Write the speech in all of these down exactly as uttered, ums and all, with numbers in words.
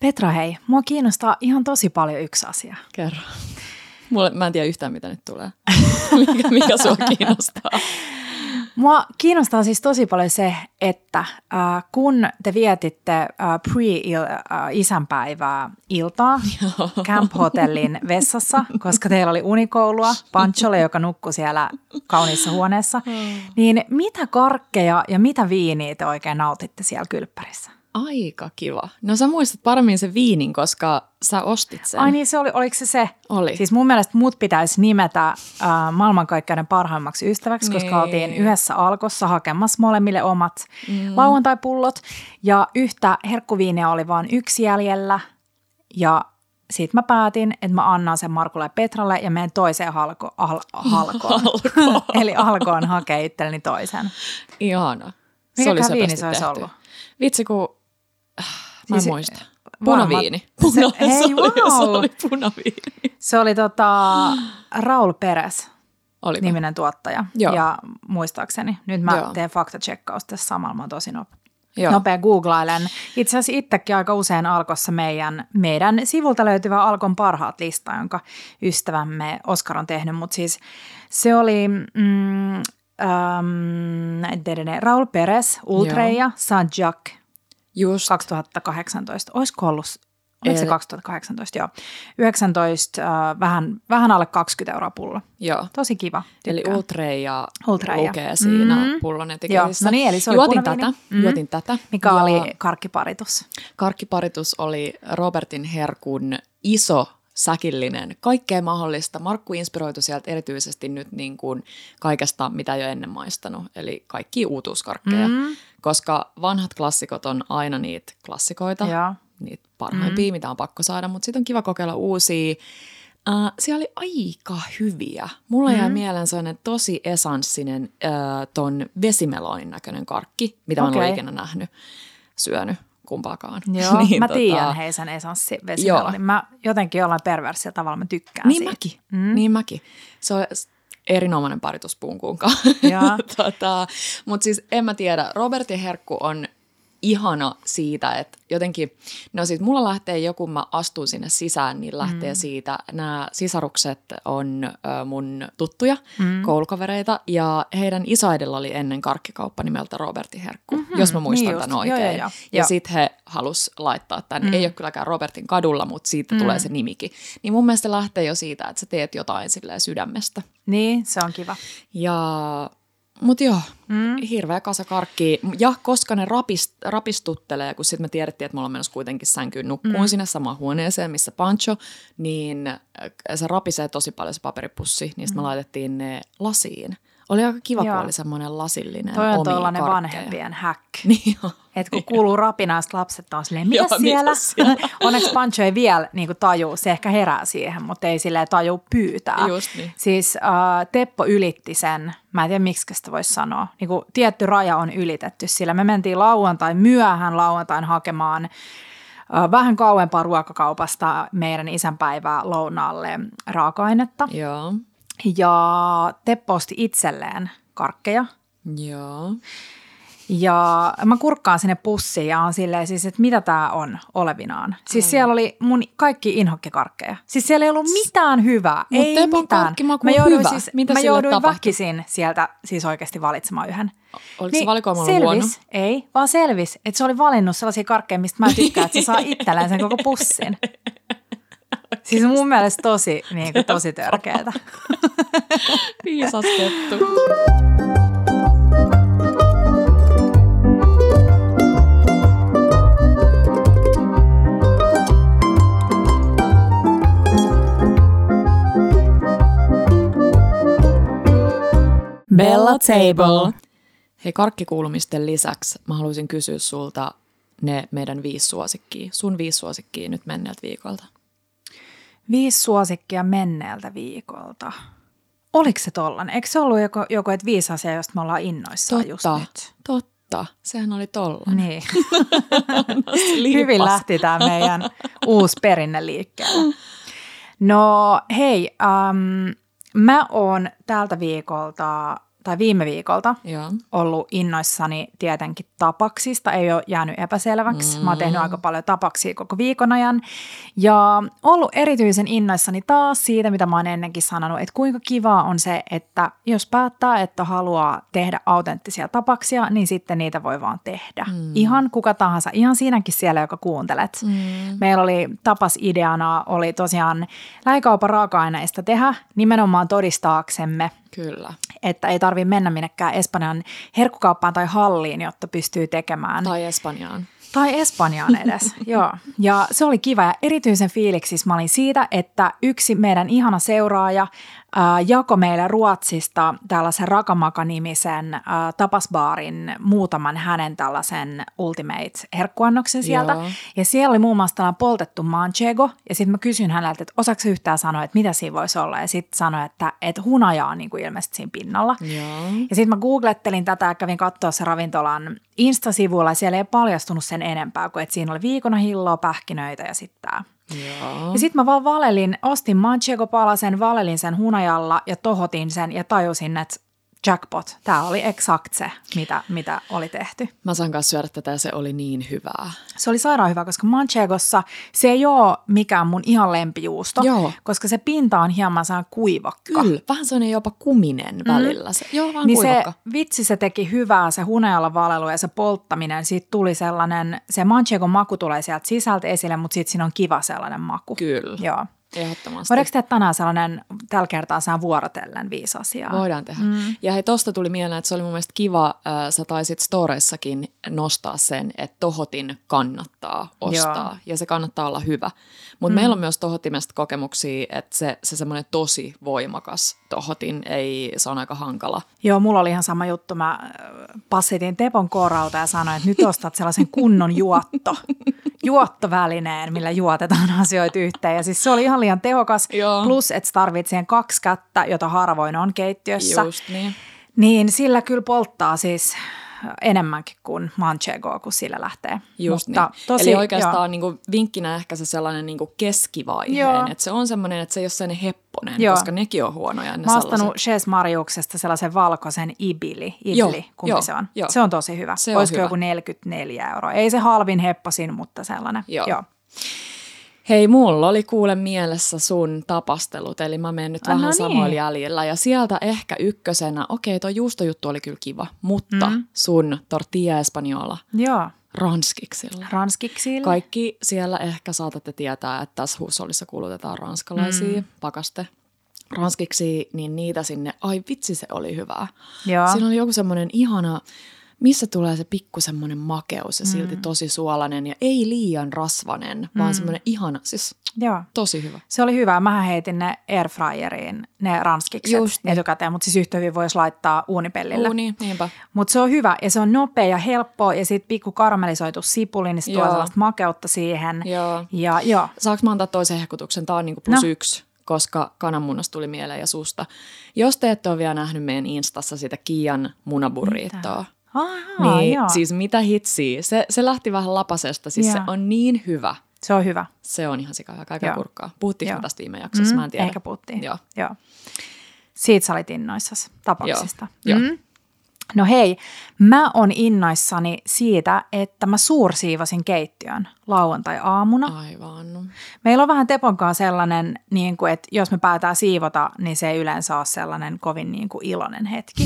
Petra, hei, mua kiinnostaa ihan tosi paljon yksi asia. Kerro. Mulle, mä en tiedä yhtään, mitä nyt tulee. mikä, mikä sua kiinnostaa? Mua kiinnostaa siis tosi paljon se, että äh, kun te vietitte äh, pre-isänpäivää iltaa Camp Hotellin vessassa, koska teillä oli unikoulua Pancholle, joka nukkui siellä kauniissa huoneessa, niin mitä karkkeja ja mitä viiniä te oikein nautitte siellä kylppärissä? Aika kiva. No sä muistat paremmin sen viinin, koska sä ostit sen. Ai niin, se oli, oliko se se? Oli. Siis mun mielestä mut pitäisi nimetä äh, maailmankaikkeuden parhaimmaksi ystäväksi, niin. koska oltiin yhdessä Alkossa hakemassa molemmille omat mm. lauantaipullot. Ja yhtä herkkuviiniä oli vaan yksi jäljellä. Ja sit mä päätin, että mä annan sen Markulle ja Petralle ja menen toiseen halko, al, halkoon. Halkoon. Eli alkoon hakee itselleni toisen. Ihana. Mikäkään viini se olisi ollut? Vitsi, kun... Mä en siis, muista. Punaviini. Puna, se, hei, se, oli, wow. se oli punaviini. Se oli tota, Raul Perez, Oliko? niminen tuottaja. Joo. Ja muistaakseni, nyt mä Joo. teen faktatsekkausta tässä samalla, mä oon tosi nopea. Joo. Nopea googlailen. Itse asiassa itsekin aika usein Alkossa meidän, meidän sivulta löytyvä Alkon parhaat lista, jonka ystävämme Oskar on tehnyt. Mutta siis se oli mm, ähm, Raul Perez, Ultreja, Saint-Jacques. Just. kaksituhattakahdeksantoista. Olisiko ollut, oliko se kaksituhattakahdeksantoista? Joo. yhdeksäntoista, äh, vähän, vähän alle kaksikymmentä euroa pullo. Joo. Tosi kiva. Tykkään. Eli Ultreja Ultreja lukee siinä mm. pullon etiketissä. Joo, no niin, eli se oli juotin punaviini. tätä, Mm. juotin tätä. Mikä ja oli karkkiparitus? Karkkiparitus oli Robertin herkun iso säkillinen, kaikkea mahdollista. Markku inspiroitu sieltä erityisesti nyt niin kuin kaikesta, mitä jo ennen maistanut, eli kaikkia uutuuskarkkeja, mm. koska vanhat klassikot on aina niitä klassikoita, ja. niitä parhaimpia, mm. mitä on pakko saada, mutta sitten on kiva kokeilla uusia. Uh, siellä oli aika hyviä. Mulla mm. jäi mieleen sellainen tosi esanssinen uh, ton vesimeloin näköinen karkki, mitä okay. mä en ole ikinä nähnyt, syönyt. Kumpaakaan. Joo, niin, mä tota... tiedän hei sen esanssivesimelo, niin mä jotenkin jollain perversillä tavalla mä tykkään niin siitä. Mäkin. Mm. Niin mäkin. Se on erinomainen paritus puunkuunkaan. tota, mutta siis en mä tiedä, Robertin herkku on ihana siitä, että jotenkin, no siis mulla lähtee joku, mä astun sinne sisään, niin lähtee mm. siitä, nämä sisarukset on ö, mun tuttuja, mm. koulukavereita, ja heidän isoäidillä oli ennen karkkikauppa nimeltä Robertin herkku, mm-hmm. jos mä muistan niin tämän oikein. Joo, joo, joo. Ja sitten he halus laittaa tämän, mm. ei ole kylläkään Robertin kadulla, mutta siitä mm. tulee se nimikin. Niin mun mielestä lähtee jo siitä, että sä teet jotain silleen sydämestä. Niin, se on kiva. Ja... Mutta joo, mm. hirveä kasa karkkia. Ja koska ne rapist, rapistuttelee, kun sitten me tiedettiin, että me ollaan menossa kuitenkin sänkyyn nukkuun mm. sinne samaan huoneeseen, missä Pancho, niin se rapisee tosi paljon se paperipussi, niin sitten mm. me laitettiin ne lasiin. Oli aika kiva, joo. kun oli semmoinen lasillinen toi on omia tollainen karkkeja. vanhempien häk. Niin että kun kuuluu rapinaa, lapset on silleen, mitä siellä? siellä? Onneksi Pancho ei vielä niin kuin tajuu, se ehkä herää siihen, mutta ei silleen tajuu pyytää. Just niin. Siis äh, Teppo ylitti sen, mä en tiedä miksi sitä voisi sanoa, niin kuin tietty raja on ylitetty, sillä me mentiin lauantain myöhään lauantain hakemaan äh, vähän kauempaa ruokakaupasta meidän isänpäivää lounaalle raaka-ainetta. Joo. Ja Teppo osti itselleen karkkeja. Joo. Ja mä kurkkaan sinne pussiin ja on silleen siis, että mitä tää on olevinaan. Siis mm. siellä oli mun kaikki inhokkikarkkeja. Siis siellä ei ollut mitään hyvää. Mut ei Tepon mitään. karkkimaku mä on jouduin hyvä. Siis, mitä mä jouduin tapahtui? väkisin sieltä siis oikeasti valitsemaan yhden. Oliko niin, se valikoimalla huono? Ei, vaan selvis, että se oli valinnut sellaisia karkkeja, mista mä tykkään, että se saa itselleen sen koko pussin. Siis mun mielestä tosi, niin kuin, tosi törkeetä. Viisas kettu. Bella Table. Hei, karkkikuulumisten lisäksi mä haluaisin kysyä sulta ne meidän viisi suosikkia. Sun viisi suosikkia nyt menneeltä viikolta. Viisi suosikkia menneeltä viikolta. Oliko se tollainen? Eikö se ollut joku, joku että viisi asiaa, josta me ollaan innoissaan just nyt? Totta, sehän oli tollainen. Niin. Hyvin lähti tämä meidän uusi perinne liikkeelle. No hei, ähm, mä oon tältä viikolta tai viime viikolta Joo. ollut innoissani tietenkin tapaksista. Ei ole jäänyt epäselväksi. Mm. Mä oon tehnyt aika paljon tapaksia koko viikon ajan. Ja ollut erityisen innoissani taas siitä, mitä mä oon ennenkin sanonut, että kuinka kivaa on se, että jos päättää, että haluaa tehdä autenttisia tapaksia, niin sitten niitä voi vaan tehdä. Mm. Ihan kuka tahansa, ihan siinäkin siellä, joka kuuntelet. Mm. Meillä oli tapasideana, oli tosiaan lähikaupan raaka-aineista tehdä nimenomaan todistaaksemme, Kyllä. että ei tarvitse mennä minnekään Espanjan herkkukauppaan tai halliin, jotta pystyy tekemään. Tai Espanjaan. Tai Espanjaan edes, joo. Ja se oli kiva ja erityisen fiiliksissä mä olin siitä, että yksi meidän ihana seuraaja ää, jakoi meille Ruotsista tällaisen Rakamaka-nimisen ää, tapasbaarin muutaman hänen tällaisen Ultimate-herkkuannoksen sieltä. Joo. Ja siellä oli muun muassa tällainen poltettu manchego ja sitten mä kysyin häneltä, että osaako yhtään sanoa, että mitä siinä voisi olla. Ja sitten sanoi, että, että hunaja on niin kuin ilmeisesti siinä pinnalla. Joo. Ja sitten mä googlettelin tätä ja kävin katsoa se ravintolan Insta-sivuilla ja siellä ei paljastunut sen enempää kuin, että siinä oli viikonahilloa, pähkinöitä ja sitten tämä. Joo. Ja sitten mä vaan valelin, ostin manchego-palasen, valelin sen hunajalla ja tohotin sen ja tajusin, että jackpot, tämä oli exakt se, mitä, mitä oli tehty. Mä saan kanssa syödä tätä ja se oli niin hyvää. Se oli sairaan hyvä, koska manchegossa se ei ole mikään mun ihan lempijuusto, Joo. koska se pinta on hieman sellainen kuivakka. Kyllä, vähän sellainen jopa kuminen mm. välillä. Se, joo, vähän niin kuivakka. Se vitsi se teki hyvää, se hunajalla valelu ja se polttaminen, siitä tuli sellainen, se manchegon maku tulee sieltä sisältä esille, mutta sitten siinä on kiva sellainen maku. Kyllä. Joo. Ehdottomasti. Voidaanko tehdä tänään sellainen, tällä kertaa sään vuorotellen viisi asiaa? Voidaan tehdä. Mm. Ja hei, tosta tuli mieleen, että se oli mun mielestä kiva, äh, sä taisit storeissakin nostaa sen, että tohotin kannattaa ostaa. Joo. Ja se kannattaa olla hyvä. Mutta mm. meillä on myös tohotimesta kokemuksia, että se, se semmoinen tosi voimakas tohotin, ei, se on aika hankala. Joo, mulla oli ihan sama juttu. Mä passitin Tepon korauta ja sanoin, että nyt ostat sellaisen kunnon juotto. juottovälineen, millä juotetaan asioita yhteen. Ja siis se oli ihan liian tehokas, Joo. plus että sä tarvitset siihen kaksi kättä, jota harvoin on keittiössä. Just niin. Niin sillä kyllä polttaa siis enemmänkin kuin manchegoa, kun sillä lähtee. Just Mutta niin. Tosi, Eli oikeastaan niin kuin vinkkinä ehkä se sellainen niin kuin keskivaiheen, että se on semmoinen, että se ei ole sellainen hepponen, joo. koska nekin on huonoja. Ne Mä oon ostanut Chez Mariuksesta sellaisen valkoisen ibili, ibili kumpi joo, se on. Jo. Se on tosi hyvä. Se Olisiko hyvä. Joku neljäkymmentäneljä euroa. Ei se halvin hepposin, mutta sellainen. Joo. joo. Hei, mulla oli kuule mielessä sun tapastelut, eli mä menen nyt ah, vähän no niin. samoilla jäljellä. Ja sieltä ehkä ykkösenä, okei, toi juustojuttu oli kyllä kiva, mutta mm. sun tortilla española Joo. ranskiksilla. Ranskiksilla. Kaikki siellä ehkä saatatte tietää, että tässä huushollissa kulutetaan ranskalaisia mm. pakaste. Ranskiksi, niin niitä sinne, ai vitsi se oli hyvää. Joo. Siinä oli joku semmoinen ihana, missä tulee se pikku semmoinen makeus ja silti mm. tosi suolainen ja ei liian rasvanen, mm. vaan semmoinen ihana, siis Joo. tosi hyvä. Se oli hyvä. Mähän heitin ne airfryeriin, ne ranskikset niin. etukäteen, mutta siis yhtä hyvin voisi laittaa uunipellillä. Uuni, niinpä. Mutta se on hyvä ja se on nopea ja helppo ja sitten pikku karamellisoitu sipuli, niin se tuo sellaista makeutta siihen. Joo. Ja, jo. Saanko mä antaa toisen hehkutuksen? Tämä on niinku plus no. yksi. Koska kananmunasta tuli mieleen ja susta. Jos te ette ole vielä nähnyt meidän Instassa sitä Kiian munaburriittoa, Aha, niin joo. siis mitä hitsiä. Se, se lähti vähän lapasesta, siis joo. se on niin hyvä. Se on hyvä. Se on ihan sika hyvä, kaikkea kurkkaa. Puhuttiinko me tästä viime jaksossa? Mm, mä en tiedä. Ehkä puhuttiin. Joo. Joo. Siitä sä olit innoissasi tapauksista. Joo. Mm. No hei, mä oon innoissani siitä, että mä suursiivasin keittiön lauantai-aamuna. Aivan. Meillä on vähän Tepon kanssa sellainen, niin kuin, että jos me päätään siivota, niin se ei yleensä ole sellainen kovin niin kuin iloinen hetki.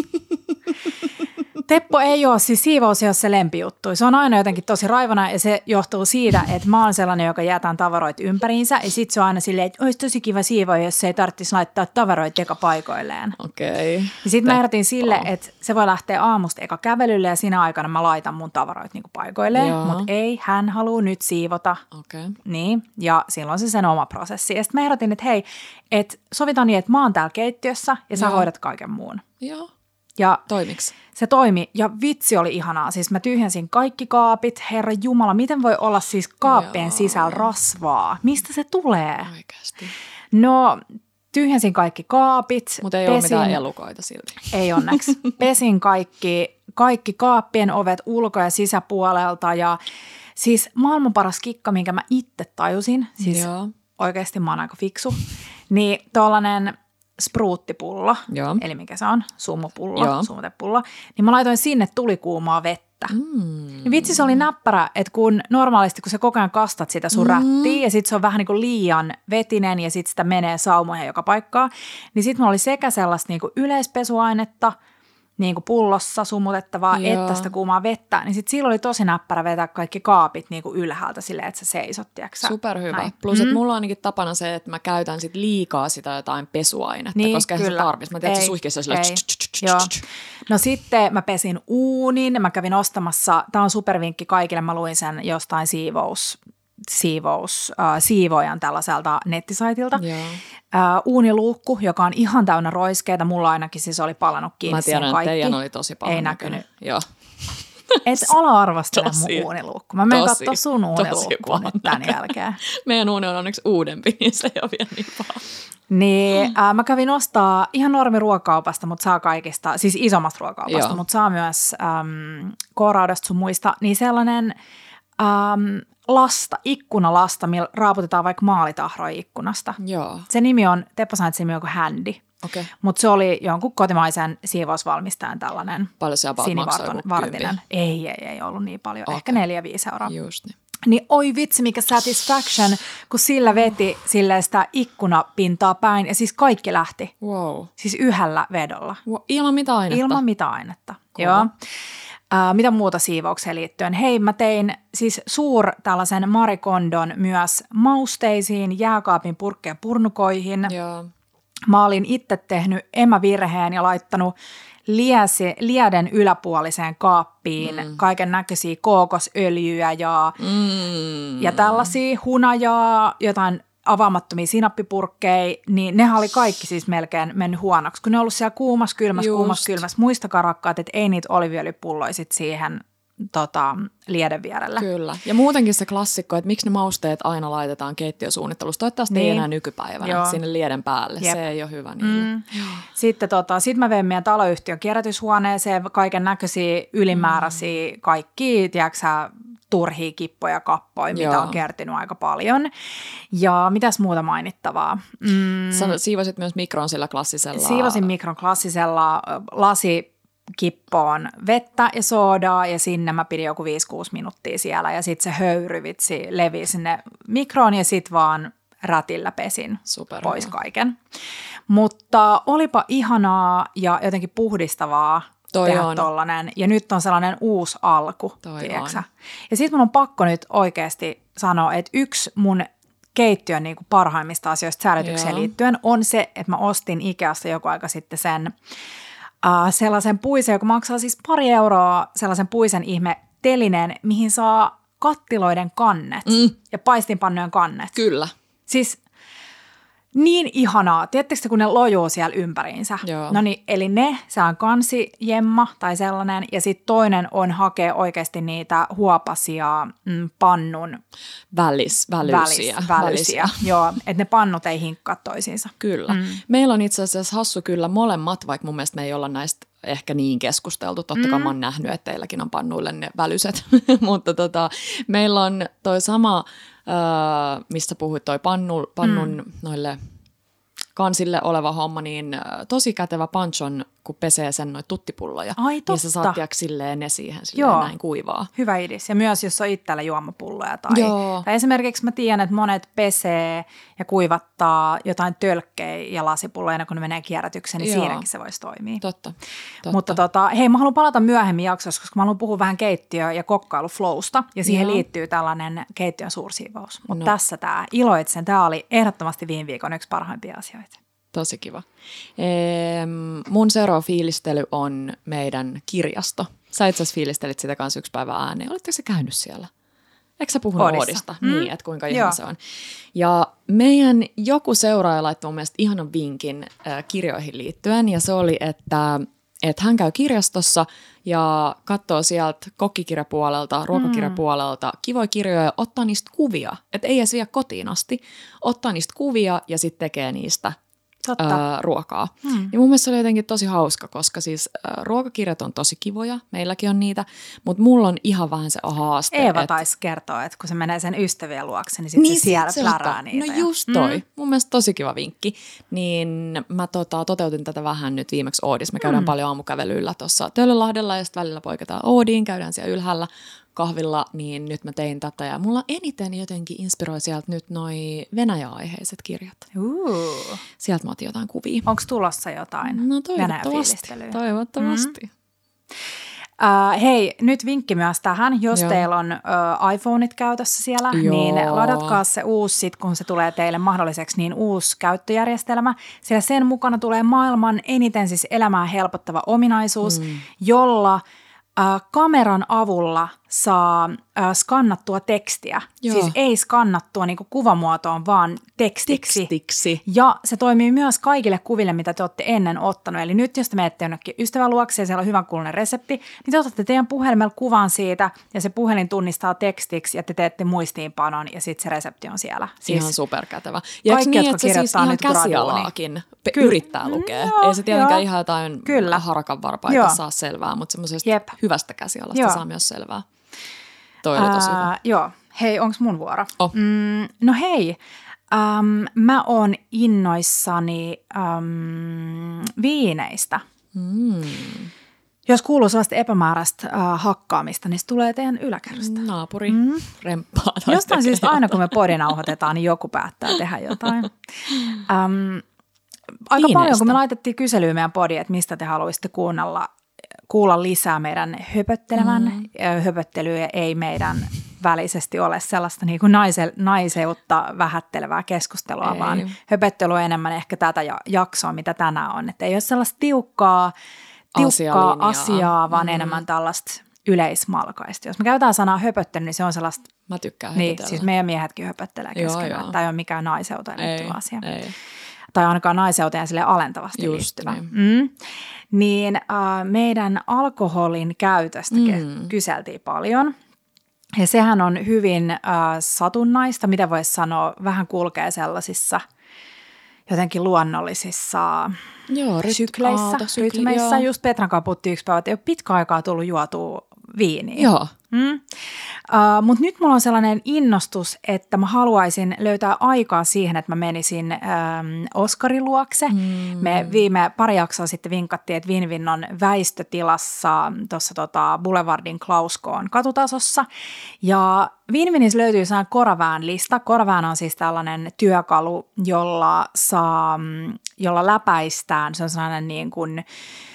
Teppo ei ole, siis siivous ei ole se lempijuttu. Se on aina jotenkin tosi raivona ja se johtuu siitä, että mä oon sellainen, joka jätän tavaroita ympäriinsä. Ja sit se on aina silleen, että olisi tosi kiva siivoa, jos ei tarvitsisi laittaa tavaroita eka paikoilleen. Okei. Okay. Ja sit mä ehdotin sille, että se voi lähteä aamusta eka kävelylle ja siinä aikana mä laitan mun tavaroita niinku paikoilleen. Mutta ei, hän haluaa nyt siivota. Okei. Okay. Niin, ja silloin se sen oma prosessi. Ja sit mä ehdotin, että hei, että sovitaan niin, että mä oon täällä keittiössä ja sä Joo. hoidat kaiken muun. Joo. Ja toimiks? Se toimi ja vitsi oli ihanaa. Siis mä tyhjensin kaikki kaapit. Herra Jumala, miten voi olla siis kaappien Joo. sisällä rasvaa? Mistä se tulee? Oikeasti. No tyhjensin kaikki kaapit. Mutta ei pesin, ole mitään elukoita silti. Ei onneksi. Pesin kaikki, kaikki kaappien ovet ulko- ja sisäpuolelta ja siis maailman paras kikka, minkä mä itse tajusin. Siis Joo. oikeasti mä oon aika fiksu. Niin tollanen spruuttipullo, Joo. eli mikä se on, summupullo, Joo. summutepullo, niin mä laitoin sinne tulikuumaa vettä. Mm. Niin vitsi, se oli näppärä, että kun normaalisti kun sä koko ajan kastat sitä sun mm. rättiä ja sit se on vähän niin kuin liian vetinen ja sit sitä menee saumoihin joka paikkaan, niin sit mulla oli sekä sellaista niin kuin yleispesuainetta, niin kuin pullossa sumutettavaa, Joo. että sitä kuumaa vettä, niin sitten silloin oli tosi näppärä vetää kaikki kaapit niin kuin ylhäältä silleen, että sä seisot, tiiäksä. Superhyvä. Näin. Plus, että Mm. mulla on ainakin tapana se, että mä käytän sit liikaa sitä jotain pesuainetta, Niin, koska eihän se kyllä. tarvitsisi. Mä tiedän, että se Ei, suihkissa silleen. ei. Joo. No sitten mä pesin uunin, mä kävin ostamassa, tää on supervinkki kaikille, mä luin sen jostain siivous, siivous, äh, siivoojan tällaiselta nettisaitilta. Joo. Äh, uuniluukku, joka on ihan täynnä roiskeita, mulla ainakin siis oli palannut kiinni Mä tiedän, että teidän oli tosi paljon. Ei näkynyt. Joo. Et ala arvostele Tosi, mun uuniluukku. Mä menen tosi, katsoa sun tosi uuniluukkua nyt tämän jälkeen. Meidän uuni on onneksi uudempi, niin se ei ole vielä niin paha. Niin, äh, mä kävin ostaa ihan normi ruokakaupasta, mutta saa kaikista, siis isommasta ruokakaupasta, Joo. mutta mutta saa myös äm, K-Raudasta sun muista, niin sellainen äm, lasta, ikkunalasta, millä raaputetaan vaikka maalitahroja ikkunasta. Joo. Se nimi on, Teppo sanoi, että se nimi on kuin Handy. Okei. Mutta se oli jonkun kotimaisen siivousvalmistajan tällainen Paljon se about maksaa joku sinivartinen. Ei, ei, ei ollut niin paljon. Okay. Ehkä neljä, viisi euroa. Just niin. Niin oi vitsi, mikä satisfaction, kun sillä veti silleen sitä ikkunapintaa päin ja siis kaikki lähti. Wow. Siis yhdellä vedolla. wow. Ilman mitä ainetta? Ilman mitä ainetta. Kova. Joo. Äh, mitä muuta siivoukseen liittyen? Hei, mä tein siis suur tällaisen Marie Kondon myös mausteisiin, jääkaapin purkkeen purnukoihin. Joo. Mä olin itse tehnyt emävirheen ja laittanut liesi, lieden yläpuoliseen kaappiin mm. kaiken näköisiä kookosöljyjä ja, mm. ja tällaisia hunajaa, jotain avaamattomia sinappipurkkeja, niin nehän oli kaikki siis melkein mennyt huonoksi, kun ne on ollut siellä kuumassa, kylmässä, Just. kuumassa, kylmässä. Muistakaa rakkaat, että ei niitä oliviöljypulloja sit siihen tota, lieden vierelle. Kyllä. Ja muutenkin se klassikko, että miksi ne mausteet aina laitetaan keittiösuunnittelussa. Toivottavasti niin. ei enää nykypäivänä Joo. sinne lieden päälle. Jep. Se ei ole hyvä niille. Mm. Sitten tota, sit mä vein meidän taloyhtiön kierrätyshuoneeseen kaiken näköisiä ylimääräisiä, mm. kaikki, tiedätkö turhia kippoja, kappoja, mitä Joo. on kertynyt aika paljon. Ja mitäs muuta mainittavaa? Mm. Sä siivosit myös mikron sillä klassisella. Siivosin mikron klassisella lasi kippoon vettä ja soodaa ja sinne mä pidin joku viisi kuusi minuuttia siellä ja sitten se höyryvitsi levi sinne mikroon ja sitten vaan rätillä pesin Super pois hyvä. kaiken. Mutta olipa ihanaa ja jotenkin puhdistavaa Toi tehdä on. tollanen ja nyt on sellainen uusi alku, tiedätkö? on. Ja sitten mun on pakko nyt oikeasti sanoa, että yksi mun keittiön niin kuin parhaimmista asioista säilytykseen Joo. liittyen on se, että mä ostin Ikeasta joku aika sitten sen Uh, sellaisen puisen, joka maksaa siis pari euroa, sellaisen puisen ihme telineen, mihin saa kattiloiden kannet Mm. ja paistinpannujen kannet. Kyllä. Siis niin ihanaa. Tiedättekö kun ne lojuu siellä ympäriinsä? Joo. No niin, eli ne, se on kansijemma tai sellainen, ja sitten toinen on hakea oikeasti niitä huopasia mm, pannun Välis, välyysiä. välis, välisiä. Joo, että ne pannut ei hinkkaa toisiinsa. Kyllä. Mm. Meillä on itse asiassa hassu kyllä molemmat, vaikka mun mielestä me ei olla näistä ehkä niin keskusteltu. Totta kai mm. mä oon nähnyt, että teilläkin on pannuille ne välyset, mutta tota, meillä on toi sama, äh, mistä puhuit, toi pannu, pannun mm. noille kansille oleva homma, niin äh, tosi kätevä panchon, kun pesee sen noita tuttipulloja. Ai totta. Ja sä saat tiiäks silleen ne siihen silleen Joo. näin kuivaa. Hyvä idis. Ja myös, jos on itsellä juomapulloja tai, Joo. tai esimerkiksi mä tiedän, että monet pesee ja kuivattaa jotain tölkkejä ja lasipulloja, kun ne menee kierrätykseen, niin Joo. siinäkin se voisi toimia. Totta. Totta. Mutta tota, hei, mä haluan palata myöhemmin jaksossa, koska mä haluan puhua vähän keittiö- ja kokkailuflowsta, ja siihen Joo. liittyy tällainen keittiön suursiivous. Mutta No. tässä tämä iloitsen, tämä oli ehdottomasti viime viikon yksi parhaimpia asioita. Tosi kiva. Ehm, mun seuraava fiilistely on meidän kirjasto. Sä itse asiassa fiilistelit sitä kanssa yksi päivä ääneen. Oletteko sä käynyt siellä? Eikö sä puhunut Oodissa. Oodista? Mm. Niin, että kuinka ihan Joo. se on. Ja meidän joku seuraaja laittoi mun mielestä ihanan vinkin äh, kirjoihin liittyen. Ja se oli, että, että hän käy kirjastossa ja katsoo sieltä kokkikirjapuolelta, ruokakirjapuolelta kivoja kirjoja ja ottaa niistä kuvia. Että ei edes vie kotiin asti. Ottaa niistä kuvia ja sitten tekee niistä Ää, ruokaa. Hmm. Ja mun mielestä se oli jotenkin tosi hauska, koska siis ää, ruokakirjat on tosi kivoja, meilläkin on niitä, mutta mulla on ihan vähän se haaste. Eeva et... taisi kertoa, että kun se menee sen ystävien luokse, niin sitten niin, se siellä sit plärää niitä. No just toi. Mm. Mun mielestä tosi kiva vinkki. Niin mä tota, toteutin tätä vähän nyt viimeksi Oodissa. Me käydään mm. paljon aamukävelyllä tuossa Töölönlahdella ja sitten välillä poiketaan Oodiin, käydään siellä ylhäällä kahvilla, niin nyt mä tein tätä ja mulla eniten jotenkin inspiroi sieltä nyt noi Venäjä-aiheiset kirjat. Uh. Sieltä mä otin jotain kuvia. Onko tulossa jotain no, toivottavasti. Toivottavasti. Mm-hmm. Uh, hei, nyt vinkki myös tähän. Jos Joo. teillä on uh, iPhoneit käytössä siellä, Joo. niin ladatkaa se uusi, sit, kun se tulee teille mahdolliseksi, niin uusi käyttöjärjestelmä. Sillä sen mukana tulee maailman eniten siis elämää helpottava ominaisuus, mm. jolla uh, kameran avulla saa äh, skannattua tekstiä. Joo. Siis ei skannattua niin kuin kuvamuotoon, vaan tekstiksi. tekstiksi. Ja se toimii myös kaikille kuville, mitä te olette ennen ottanut. Eli nyt, jos te menette jonnekin ystävän luokse ja siellä on hyvän kuulunen resepti, niin te otatte teidän puhelimella kuvan siitä ja se puhelin tunnistaa tekstiksi ja te teette muistiinpanon ja sitten se resepti on siellä. Siis ihan superkätevä. Ja kaikki, niin, että se siis ihan käsialaakin pe- yrittää lukea. Joo, ei se tietenkään jo. ihan jotain Kyllä. harakan varpaita joo. saa selvää, mutta semmoisesta Jep. hyvästä käsialasta joo. saa myös selvää. Toi oli tosi hyvä. Joo. Hei, onko mun vuoro? Oh. Mm, no hei, um, mä oon innoissani um, viineistä. Mm. Jos kuuluu sellaista epämääräistä uh, hakkaamista, niin se tulee teidän yläkerrasta. Naapuri mm. remppaa. Jostain syystä aina, kun me podi nauhoitetaan, niin joku päättää tehdä jotain. Um, aika Viineistä. paljon, kun me laitettiin kyselyyn meidän podiin, että mistä te haluaisitte kuunnella, kuulla lisää meidän höpöttelevän. Mm. Höpöttelyä ei meidän välisesti ole sellaista niin kuin naise, naiseutta vähättelevää keskustelua, ei. vaan höpöttely on enemmän ehkä tätä jaksoa, mitä tänään on. Että ei ole sellaista tiukkaa, tiukkaa asiaa, vaan mm. enemmän tällaista yleismalkaista. Jos me käytetään sanaa höpöttely, niin se on sellaista. Mä tykkään höpötellä. Niin, siis meidän miehetkin höpöttelee keskenään. Tämä ei ole mikään naiseuteen liittyvä asia. Ei. Tai ainakaan naiseuteen sille alentavasti Just liittyvä. Niin, mm. niin äh, meidän alkoholin käytöstä mm. kyseltiin paljon. Ja sehän on hyvin äh, satunnaista, mitä voisi sanoa, vähän kulkee sellaisissa jotenkin luonnollisissa joo, sykleissä, aalto, sykli, rytmeissä. Joo. Just Petran kanssa puhuttiin yksi päivä, että ei ole pitkä aikaa tullut juotua viiniä. Joo. Mm. Uh, Mutta nyt mulla on sellainen innostus, että mä haluaisin löytää aikaa siihen, että mä menisin ähm, Oskarin luokse. Mm. Me viime pari jaksoa sitten vinkattiin, että Vinvin on väistötilassa tuossa tota Boulevardin Klauskoon katutasossa. Ja Vinvinissä löytyy sellainen Koravään-lista. Koravään on siis tällainen työkalu, jolla, saa, jolla läpäistään. Se on sellainen niin kuin,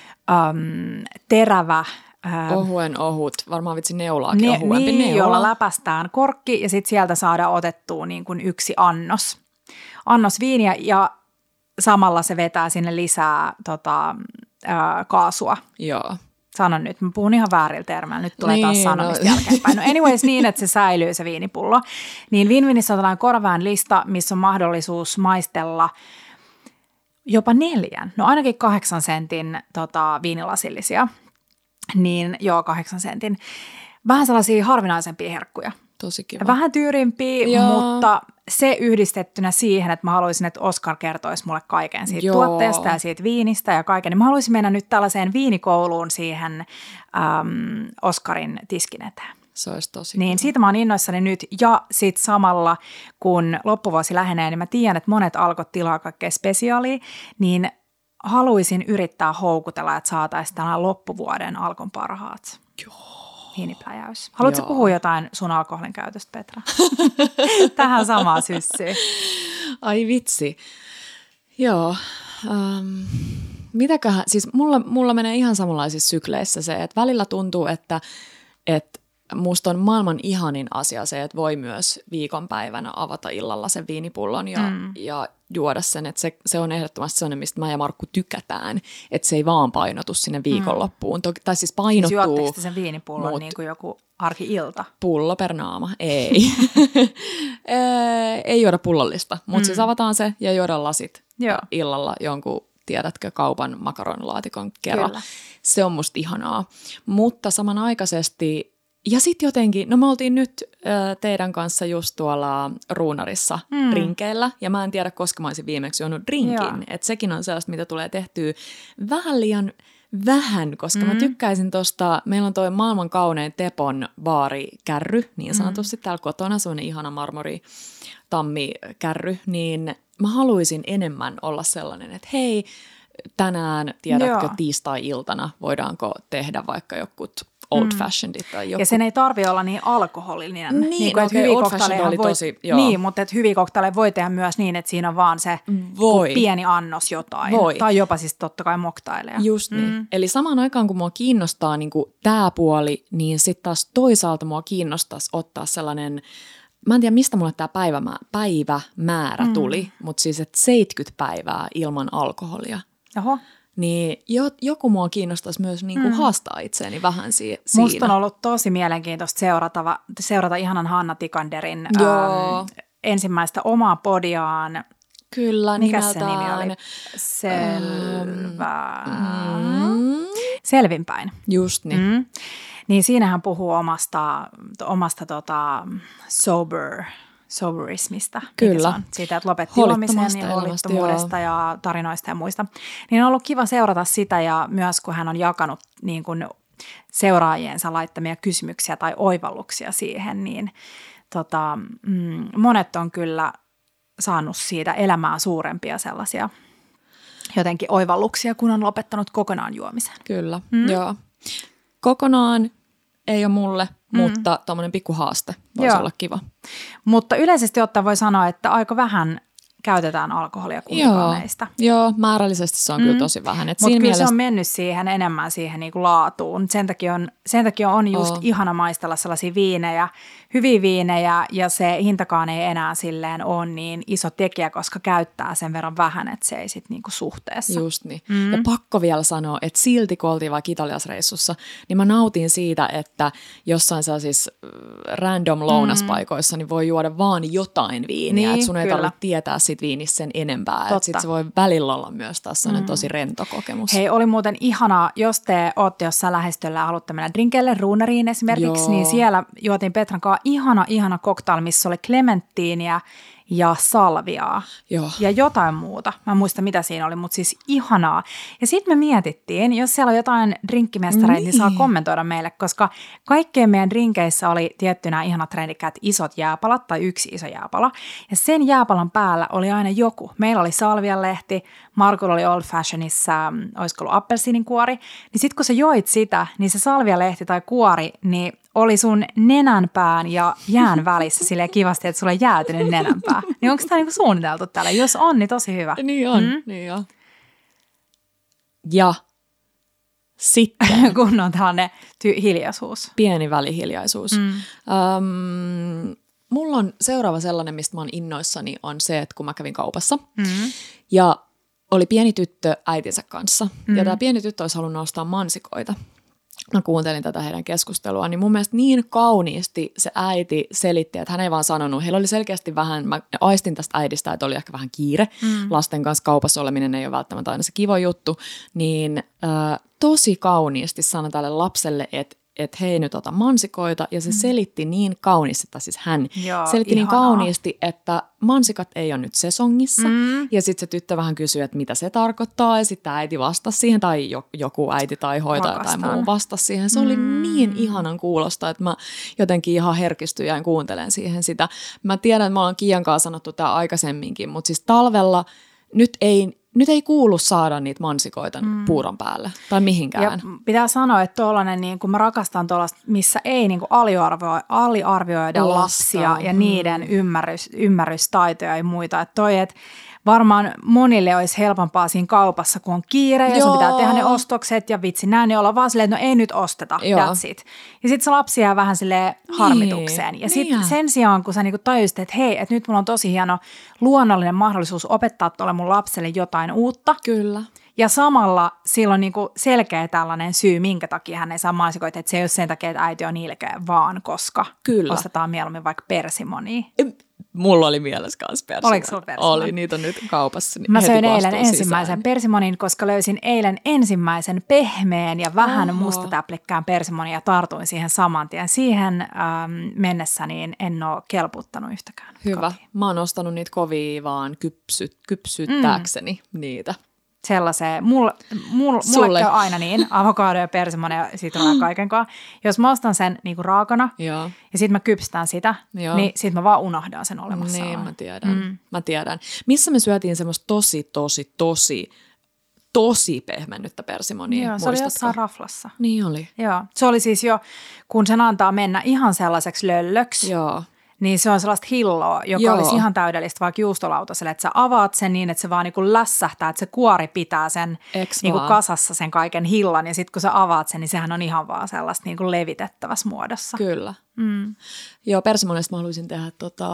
ähm, terävä, ohuen ohut, varmaan vitsi neulaakin ne, ohuempi niin, neula. Jolla läpästään korkki ja sitten sieltä saadaan otettua niin kuin yksi annos. Annos viiniä ja samalla se vetää sinne lisää tota, ää, kaasua. Joo. Sanon nyt, mä puhun ihan väärillä termeillä, nyt tulee niin, taas sanomista no. jälkeenpäin. No anyways niin, että se säilyy se viinipullo. Niin Vinvinissä on tällainen Koravään lista, missä on mahdollisuus maistella jopa neljän, no ainakin kahdeksan sentin tota, viinilasillisia. Niin joo, kahdeksan sentin. Vähän sellaisia harvinaisempia herkkuja. Tosi kiva. Vähän tyyrimpiä, joo. mutta se yhdistettynä siihen, että mä haluaisin, että Oskar kertoisi mulle kaiken siitä joo. tuotteesta ja siitä viinistä ja kaiken. Niin mä haluaisin mennä nyt tällaiseen viinikouluun siihen äm, Oskarin tiskin eteen. Se olisi tosi Niin kiva. siitä mä oon innoissani nyt ja sitten samalla, kun loppuvuosi lähenee, niin mä tiedän, että monet alkot tilaa kaikkea spesiaalia, niin haluaisin yrittää houkutella, että saataisiin tänään loppuvuoden Alkon parhaat. Joo. Viinipläjäys. Haluatko Joo. puhua jotain sun alkoholin käytöstä, Petra? Tähän samaan syssyyn. Ai vitsi. Joo. Um, mitäköhän, siis mulla, mulla menee ihan samanlaisissa sykleissä se, että välillä tuntuu, että, että musta on maailman ihanin asia se, että voi myös viikonpäivänä avata illalla sen viinipullon ja, mm. ja juoda sen. Että se, se on ehdottomasti sellainen, mistä mä ja Markku tykätään, että se ei vaan painotu sinne viikonloppuun. Mm. Tai siis painottuu. Siis juotteko sen viinipullon niin kuin joku arki-ilta? Pullo per naama, ei. ei juoda pullollista, mutta mm. siis avataan se ja juodaan lasit Joo. illalla jonkun, tiedätkö, kaupan makaronilaatikon kerran. Kyllä. Se on musta ihanaa. Mutta samanaikaisesti ja sitten jotenkin, no me oltiin nyt äh, teidän kanssa just tuolla Ruunarissa mm. drinkeillä, ja mä en tiedä, koska mä olisin viimeksi juonut drinkin. Että sekin on sellaista, mitä tulee tehtyä vähän liian vähän, koska mm. mä tykkäisin tosta, meillä on toi maailman kaunein Tepon baarikärry, niin sanotusti mm. täällä kotona, semmoinen ihana marmori tammikärry, niin mä haluaisin enemmän olla sellainen, että hei, tänään, tiedätkö, Joo. tiistai-iltana voidaanko tehdä vaikka jokut old fashionedit tai joku. Ja sen ei tarvitse olla niin alkoholinen. Niin, niin no, okay, old fashioned oli voi, tosi, joo. Niin, mutta että hyviä koktaileja voi tehdä myös niin, että siinä on vaan se pieni annos jotain. Voi. Tai jopa siis totta kai moktaileja. Just mm. niin. Eli samaan aikaan, kun mua kiinnostaa niin tämä puoli, niin sitten taas toisaalta mua kiinnostaisi ottaa sellainen, mä en tiedä mistä mulle tämä päivämäärä, päivämäärä mm. tuli, mutta siis että seitsemänkymmentä päivää ilman alkoholia. Oho. Niin jo, joku mua kiinnostaisi myös niin kuin mm. haastaa itseäni vähän si- siinä. Musta on ollut tosi mielenkiintoista seurata, seurata ihanan Hanna Tikanderin ähm, ensimmäistä omaa podiaan. Kyllä, mikä nimeltään? se nimi oli? Selvä... Mm. Selvinpäin. Just niin. Mm. Niin siinähän puhuu omasta, omasta tota, sober... soberismista. Kyllä. Siitä, että lopetti juomisen ja holittomuudesta ja tarinoista ja muista. Niin on ollut kiva seurata sitä ja myös kun hän on jakanut niin kuin seuraajiensa laittamia kysymyksiä tai oivalluksia siihen, niin tota, mm, monet on kyllä saanut siitä elämää suurempia sellaisia jotenkin oivalluksia, kun on lopettanut kokonaan juomisen. Kyllä, mm. joo. Kokonaan ei ole mulle, mm. mutta tuommoinen pikku haaste voisi Joo. olla kiva. Mutta yleisesti ottaen voi sanoa, että aika vähän käytetään alkoholia kumpikaan meistä. Joo, määrällisesti se on mm. kyllä tosi vähän. Mutta kyllä mielestä... se on mennyt siihen enemmän siihen niinku laatuun. Sen takia on, sen takia on just oh. ihana maistella sellaisia viinejä, hyviä viinejä, ja se hintakaan ei enää silleen ole niin iso tekijä, koska käyttää sen verran vähän, että se ei sitten niinku suhteessa. Just niin. Mm. Ja pakko vielä sanoa, että silti kun oltiin vaikka Italiasreissussa, niin mä nautin siitä, että jossain sellaisissa random lounaspaikoissa niin voi juoda vaan jotain viiniä, niin, että sun ei tarvitse tietää siitä viinissä sen enempää. Että sit se voi välillä olla myös taas sellainen mm. tosi rento kokemus. Hei, oli muuten ihanaa, jos te ootte jossain lähistöllä ja haluatte mennä drinkeille, Ruunariin esimerkiksi, Joo. niin siellä juotiin Petran kanssa ihana, ihana cocktail, missä oli klementtiiniä ja salviaa Joo. ja jotain muuta. Mä en muista, mitä siinä oli, mutta siis ihanaa. Ja sitten me mietittiin, jos siellä on jotain drinkkimestareita, niin. niin saa kommentoida meille, koska kaikkien meidän drinkeissä oli tietty nämä ihanat trendikkäät isot jääpalat tai yksi iso jääpala. Ja sen jääpalan päällä oli aina joku. Meillä oli salvialehti, Markulla oli Old Fashionissa, olisiko ollut appelsiininkuori. Niin sitten kun sä joit sitä, niin se salvialehti tai kuori, niin oli sun nenänpään ja jään välissä silleen kivasti, että sulla on jäätynyt nenänpää. Niin onko tämä niinku suunniteltu täällä? Jos on, niin tosi hyvä. Niin on, mm? niin on. Ja sitten. Kun on tällainen ty- hiljaisuus. Pieni välihiljaisuus. Mm. Um, mulla on seuraava sellainen, mistä mä oon innoissani, on se, että kun mä kävin kaupassa mm. ja oli pieni tyttö äitinsä kanssa. Mm. Ja tämä pieni tyttö olisi halunnut ostaa mansikoita. Mä kuuntelin tätä heidän keskustelua, niin mun mielestä niin kauniisti se äiti selitti, että hän ei vaan sanonut, heillä oli selkeästi vähän, mä aistin tästä äidistä, että oli ehkä vähän kiire, mm. lasten kanssa kaupassa oleminen ei ole välttämättä aina se kiva juttu, niin äh, tosi kauniisti sanoi tälle lapselle, että että hei nyt ota mansikoita, ja se mm. selitti niin kauniisti, että siis hän Joo, selitti ihanaa. niin kauniisti, että mansikat ei ole nyt sesongissa, mm. ja sitten se tyttö vähän kysyi, että mitä se tarkoittaa, ja sitten äiti vastasi siihen, tai joku äiti tai hoitaja Rakastan. tai muu vastasi siihen. Se mm. oli niin ihanan kuulosta, että mä jotenkin ihan herkistyin ja kuuntelen siihen sitä. Mä tiedän, että me ollaan Kiian kanssa sanottu tämä aikaisemminkin, mutta siis talvella nyt ei... Nyt ei kuulu saada niitä mansikoita mm. puuron päälle tai mihinkään. Ja pitää sanoa, että tuollainen, niin kun mä rakastan tuollaista, missä ei niin kuin aliarvioida, aliarvioida lapsia ja mm. niiden ymmärrys, ymmärrystaitoja ja muita. Että toi, että varmaan monille olisi helpompaa siinä kaupassa, kun on kiire ja sun pitää tehdä ne ostokset ja vitsi näin, niin olla vaan silleen, että no ei nyt osteta, Joo. that's it. Ja sitten se lapsi jää vähän silleen harmitukseen. Niin. Ja sitten niin. sen sijaan, kun sä niinku tajusit, että hei, että nyt mulla on tosi hieno luonnollinen mahdollisuus opettaa tuolle mun lapselle jotain uutta. Kyllä. Ja samalla sillä on niinku selkeä tällainen syy, minkä takia hän ei saa mansikoita, että se ei ole sen takia, että äiti on ilkeä, vaan koska Kyllä. ostetaan mieluummin vaikka persimonia. mulla oli mielessä kans persimoni. Oliko sulla persimoni? Oli, niitä on nyt kaupassa. Mä söin eilen ensimmäisen sisään. persimonin, koska löysin eilen ensimmäisen pehmeän ja vähän Oho. mustatäplikkään persimonin ja tartuin siihen saman tien. Siihen ähm, mennessä niin en ole kelputtanut yhtäkään. Hyvä. Kotiin. Mä oon ostanut niitä kovia vaan kypsyt, kypsyttääkseni mm. niitä. Sellaiseen, mulle, mulle, mulle käy aina niin, avokado ja persimoni ja sitruunaa kaikenkaan. Jos mä ostan sen niinku raakana Joo. ja sit mä kypsitän sitä, Joo. niin sit mä vaan unohdan sen olemassa. Niin, mä tiedän. Mm. Mä tiedän. Missä me syötiin semmoista tosi, tosi, tosi, tosi pehmennyttä persimonia, Joo, se oli jossain raflassa. Niin oli. Joo, se oli siis jo, kun sen antaa mennä ihan sellaiseksi löllöksi. Joo. Niin se on sellaista hilloa, joka Joo. olisi ihan täydellistä vaikka juustolautaselle, että sä avaat sen niin, että se vaan niinku lässähtää, että se kuori pitää sen niinku kasassa sen kaiken hillan ja sitten kun sä avaat sen, niin sehän on ihan vaan sellaista niinku levitettävässä muodossa. Kyllä. Mm. Joo, persimonesta mä haluaisin tehdä tota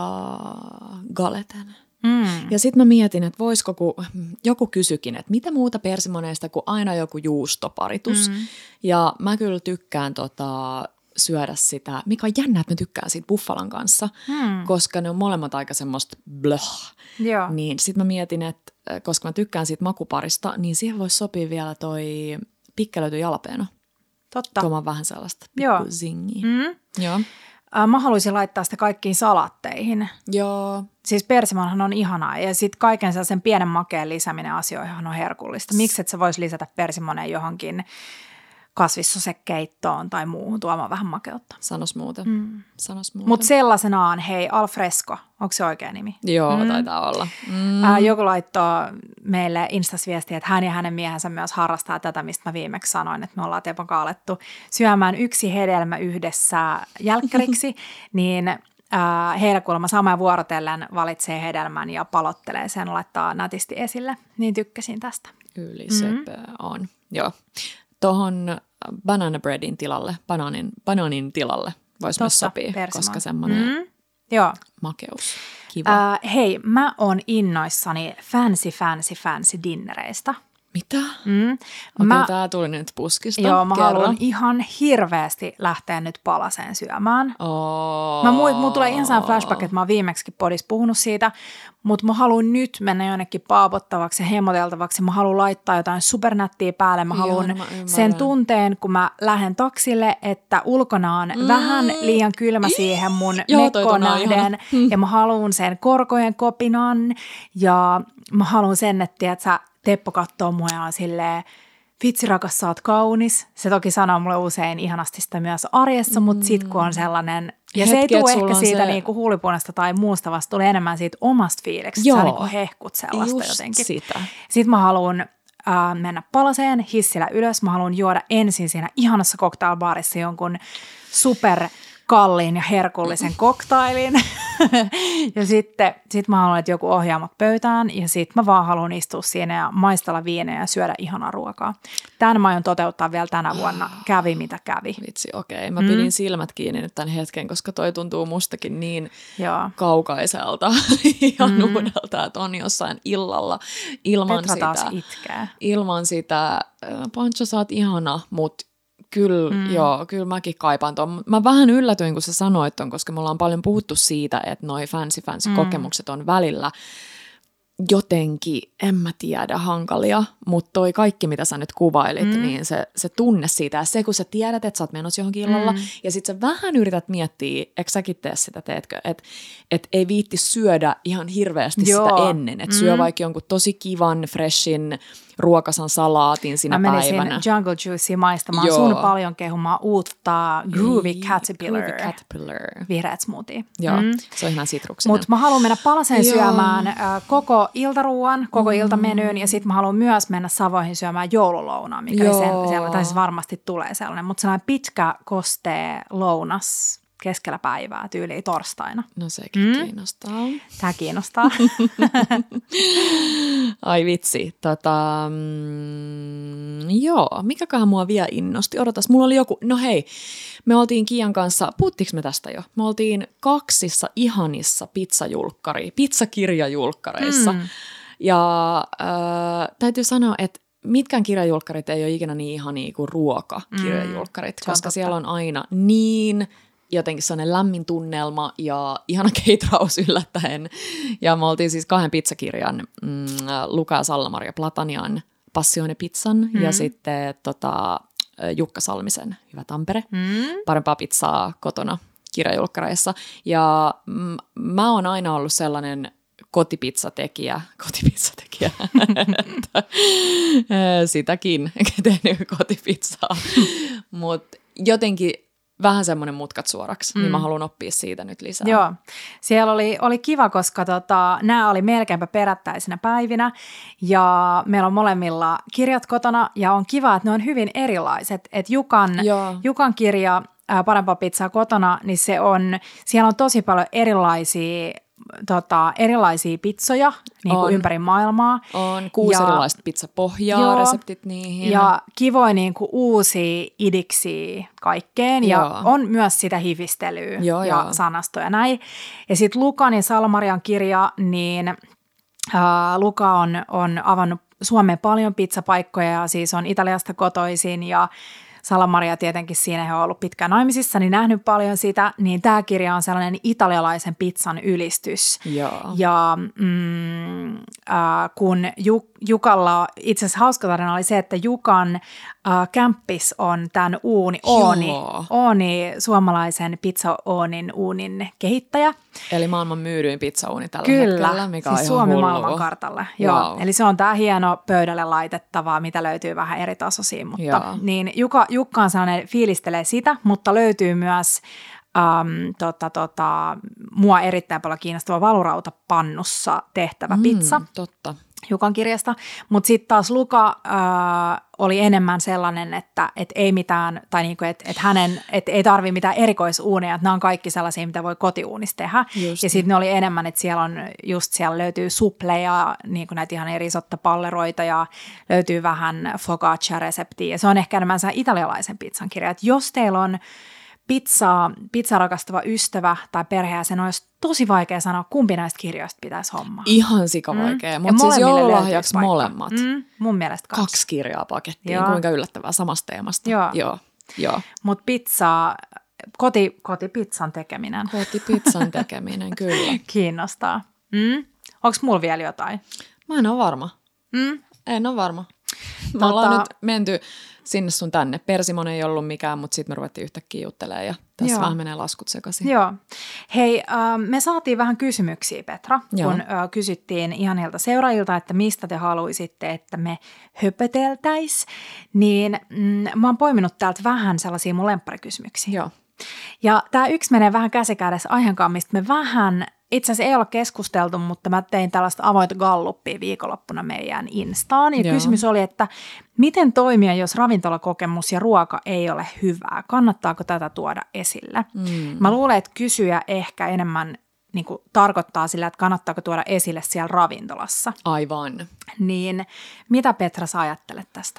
galeten. Mm. Ja sitten mä mietin, että voisiko, kun joku kysyikin, että mitä muuta persimoneista kuin aina joku juustoparitus. Mm. Ja mä kyllä tykkään tota... syödä sitä, mikä on jännä, että mä tykkään siitä buffalan kanssa, hmm. koska ne on molemmat aika semmoista blöh. Joo. Niin sit mä mietin, että koska mä tykkään siitä makuparista, niin siihen voisi sopia vielä toi pikkelöity jalapeno. Totta. Tuomaan on vähän sellaista pikku zingiä. Mm. Joo. Äh, mä haluaisin laittaa sitä kaikkiin salatteihin. Joo. Siis persimonhan on ihanaa ja sitten kaiken sellaisen pienen makeen lisääminen asioihin on herkullista. Miksi et sä vois lisätä persimoneen johonkin kasvissosekeittoon tai muuhun tuomaan vähän makeutta. Sanos muuta. Mm. Sanos muuta. Mutta sellaisenaan, hei, alfresco, onko se oikea nimi? Joo, mm. taitaa olla. Mm. Äh, joku laittoi meille Instas-viestiä, että hän ja hänen miehensä myös harrastaa tätä, mistä mä viimeksi sanoin, että me ollaan Tepon kanssa alettu syömään yksi hedelmä yhdessä jälkkäriksi, niin äh, heillä kuulemma samaa vuorotellen valitsee hedelmän ja palottelee sen, laittaa nätisti esille, niin tykkäsin tästä. Yli sepä mm. on, joo. Tuohon banana breadin tilalle, banaanin, banaanin tilalle voisi myös sopia, persima. Koska semmoinen mm. Joo. makeus. Kiva. Uh, hei, mä oon innoissani fancy, fancy, fancy dinnereistä. Mitä? Mm. Okei, mä, tää tuli nyt puskista. Joo, mä Kerro. haluan ihan hirveästi lähteä nyt palaseen syömään. Oh. Mä, mulla tulee ihan sellainen flashback, että mä oon viimeksi podissa puhunut siitä, mutta mä haluan nyt mennä jonnekin paapottavaksi ja hemoteltavaksi. Mä haluan laittaa jotain supernättiä päälle. Mä haluan Joo, no sen tunteen, kun mä lähden taksille, että ulkona on mm. vähän liian kylmä siihen mun mekkoon nähden. Mm. Ja mä haluan sen korkojen kopinan ja mä haluan sen, että tiedät sä, Teppo katsoo mua ja on silleen, vitsi rakas, sä oot kaunis. Se toki sanoo mulle usein ihanasti sitä myös arjessa, mm. mutta sit kun on sellainen, ja hetki, se ei tule ehkä siitä se... niinku huulipunasta tai muusta, vaan tulee enemmän siitä omasta fiiliksestä. Joo. Sä niinku hehkut sellaista Just jotenkin. Sitä. Sitten mä haluan äh, mennä palaseen hissillä ylös. Mä haluan juoda ensin siinä ihanassa cocktailbaarissa jonkun super kalliin ja herkullisen koktailin. ja sitten sit mä haluan, että joku ohjaa mut pöytään ja sitten mä vaan haluan istua siinä ja maistella viinejä ja syödä ihanaa ruokaa. Tämän mä aion toteuttaa vielä tänä vuonna. Kävi mitä kävi. Vitsi, okei. Okay. Mä pidin mm. silmät kiinni nyt tämän hetken, koska toi tuntuu mustakin niin Joo. kaukaiselta ja mm. nuudelta, että on jossain illalla ilman Petra sitä. taas itkee. Ilman sitä, Pancho, sä oot ihana, mutta Kyllä, mm. joo, kyllä mäkin kaipaan tuon. Mä vähän yllätyin, kun sä sanoit ton, koska me ollaan paljon puhuttu siitä, että noi fancy fancy mm. kokemukset on välillä jotenkin, en mä tiedä, hankalia, mutta toi kaikki, mitä sä nyt kuvailit, mm. niin se, se tunne siitä ja se, kun sä tiedät, että sä oot menossa johonkin illalla mm. ja sit sä vähän yrität miettiä, eikö säkin tee sitä, teetkö, että et ei viitti syödä ihan hirveästi Joo. sitä ennen, että mm. syö vaikka jonkun tosi kivan, freshin, ruokasan salaatin sinä päivänä. Mä menisin Jungle Juicea maistamaan Joo. sun paljon kehumaan uutta Groovy Caterpillar, Groovy Caterpillar. vihreät smoothie. Joo, mm. se on ihan sitruksinen. Mutta mä haluan mennä palaseen syömään äh, koko iltaruuan, koko mm. iltamenyyn ja sitten mä haluan myös mennä Savoihin syömään joululounaan, mikä sen, siellä, tai siis varmasti tulee sellainen. Mutta sellainen pitkä kostee lounas keskellä päivää, tyyliin torstaina. No sekin mm. kiinnostaa. Tää kiinnostaa. Ai vitsi. Tota, mm, joo, mikäköhän mua vielä innosti? Odotas, mulla oli joku, no hei, me oltiin Kiian kanssa, puhuttiinko me tästä jo? Me oltiin kaksissa ihanissa pizzajulkkari, pizzakirjajulkkareissa. Mm. Ja äh, täytyy sanoa, että mitkään kirjajulkkarit ei ole ikinä niin ihania kuin ruokakirjajulkkarit, mm. koska siellä on aina niin jotenkin sellainen lämmin tunnelma ja ihana keitraus yllättäen. Ja me oltiin siis kahden pizzakirjan, mm, Luka ja Salla-Maria Platanian Passione pizzan mm. ja sitten tota, Jukka Salmisen Hyvä Tampere, mm. Parempaa pizzaa kotona kirjajulkkareissa. Ja mm, mä oon aina ollut sellainen kotipizzatekijä, kotipizzatekijä, sitäkin, tehnyt kotipizzaa, mutta jotenkin vähän semmoinen mutkat suoraksi, mm. niin mä haluan oppia siitä nyt lisää. Joo, siellä oli, oli kiva, koska tota, nämä oli melkeinpä perättäisinä päivinä ja meillä on molemmilla kirjat kotona ja on kiva, että ne on hyvin erilaiset. Että Jukan, Jukan kirja ää, Parempaa pizzaa kotona, niin se on, siellä on tosi paljon erilaisia Tota, erilaisia pizzoja niin kuin ympäri maailmaa. On kuusi ja, erilaista pizzapohjaa, joo, reseptit niihin. Ja kivoja niin kuin uusia idiksiä kaikkeen. Joo. Ja on myös sitä hifistelyä joo, ja joo. sanastoja näin. Ja sitten Lukan ja Salla-Marian kirja, niin äh, Luka on, on avannut Suomeen paljon pizzapaikkoja ja siis on Italiasta kotoisin ja Salla-Maria tietenkin siinä, he on ollut pitkään naimisissa, niin nähnyt paljon sitä, niin tämä kirja on sellainen italialaisen pizzan ylistys. Joo. Ja mm, äh, kun Juk, Jukalla, itse asiassa hauska tarina oli se, että Jukan äh, kämppis on tämän uuni, Ooni, Ooni, suomalaisen pizza-oonin uunin kehittäjä. Eli maailman myydyin pizzauuni tällä Kyllä, hetkellä, mikä siis on Suomen ihan maailmankartalle. Joo. Wow. Eli se on tämä hieno pöydälle laitettava, mitä löytyy vähän eri tasoisia, mutta Joo. niin Juka, Jukka on sellainen, fiilistelee sitä, mutta löytyy myös um, tota, tota, mua erittäin paljon kiinnostava valurautapannussa tehtävä mm, pizza. Totta. Jukan kirjasta, mutta sitten taas Luka äh, oli enemmän sellainen, että et ei mitään, tai niinku, että et hänen, et ei tarvitse mitään erikoisuuneja, että nämä on kaikki sellaisia, mitä voi kotiuunissa tehdä. Just ja sitten ne oli enemmän, että siellä on just siellä löytyy supleja, niinku näitä ihan eri risottapalleroita ja löytyy vähän focaccia-reseptiä. Ja se on ehkä enemmän italialaisen pizzan kirja, että jos teillä on Pizza, pizza rakastava ystävä tai perheenjäsen olisi tosi vaikea sanoa, kumpi näistä kirjoista pitäisi hommaa. Ihan sikavaikea, mm. mutta siis joululahjaksi molemmat. Mm, mun mielestä kaksi. Kaksi kirjaa pakettiin, Joo. kuinka yllättävää samasta teemasta. Joo. Joo. Joo. Mutta pizza, koti, kotipizzan tekeminen. Kotipizzan tekeminen, kyllä. Kiinnostaa. Mm? Onko mulla vielä jotain? Mä en ole varma. Mm? En ole varma. Me tota... ollaan nyt menty sinne sun tänne. Persimon ei ollut mikään, mutta sitten me ruvettiin yhtäkkiä juttelemaan ja tässä Joo. vähän menee laskut sekaisin. Joo. Hei, äh, me saatiin vähän kysymyksiä, Petra, Joo. kun äh, kysyttiin ihanilta seuraajilta, että mistä te haluaisitte, että me höpöteltäis. Niin mm, mä oon poiminut täältä vähän sellaisia mun lempparikysymyksiä. Joo. Ja tää yksi menee vähän käsikädessä aiheenkaan, mistä me vähän... Itse asiassa ei ole keskusteltu, mutta mä tein tällaista avointa galluppia viikonloppuna meidän Instaan. Ja Joo. kysymys oli, että miten toimia, jos ravintolakokemus ja ruoka ei ole hyvää? Kannattaako tätä tuoda esille? Mm. Mä luulen, että kysyjä ehkä enemmän niin kuin, tarkoittaa sillä, että kannattaako tuoda esille siellä ravintolassa. Aivan. Niin mitä Petra sä ajattelet tästä?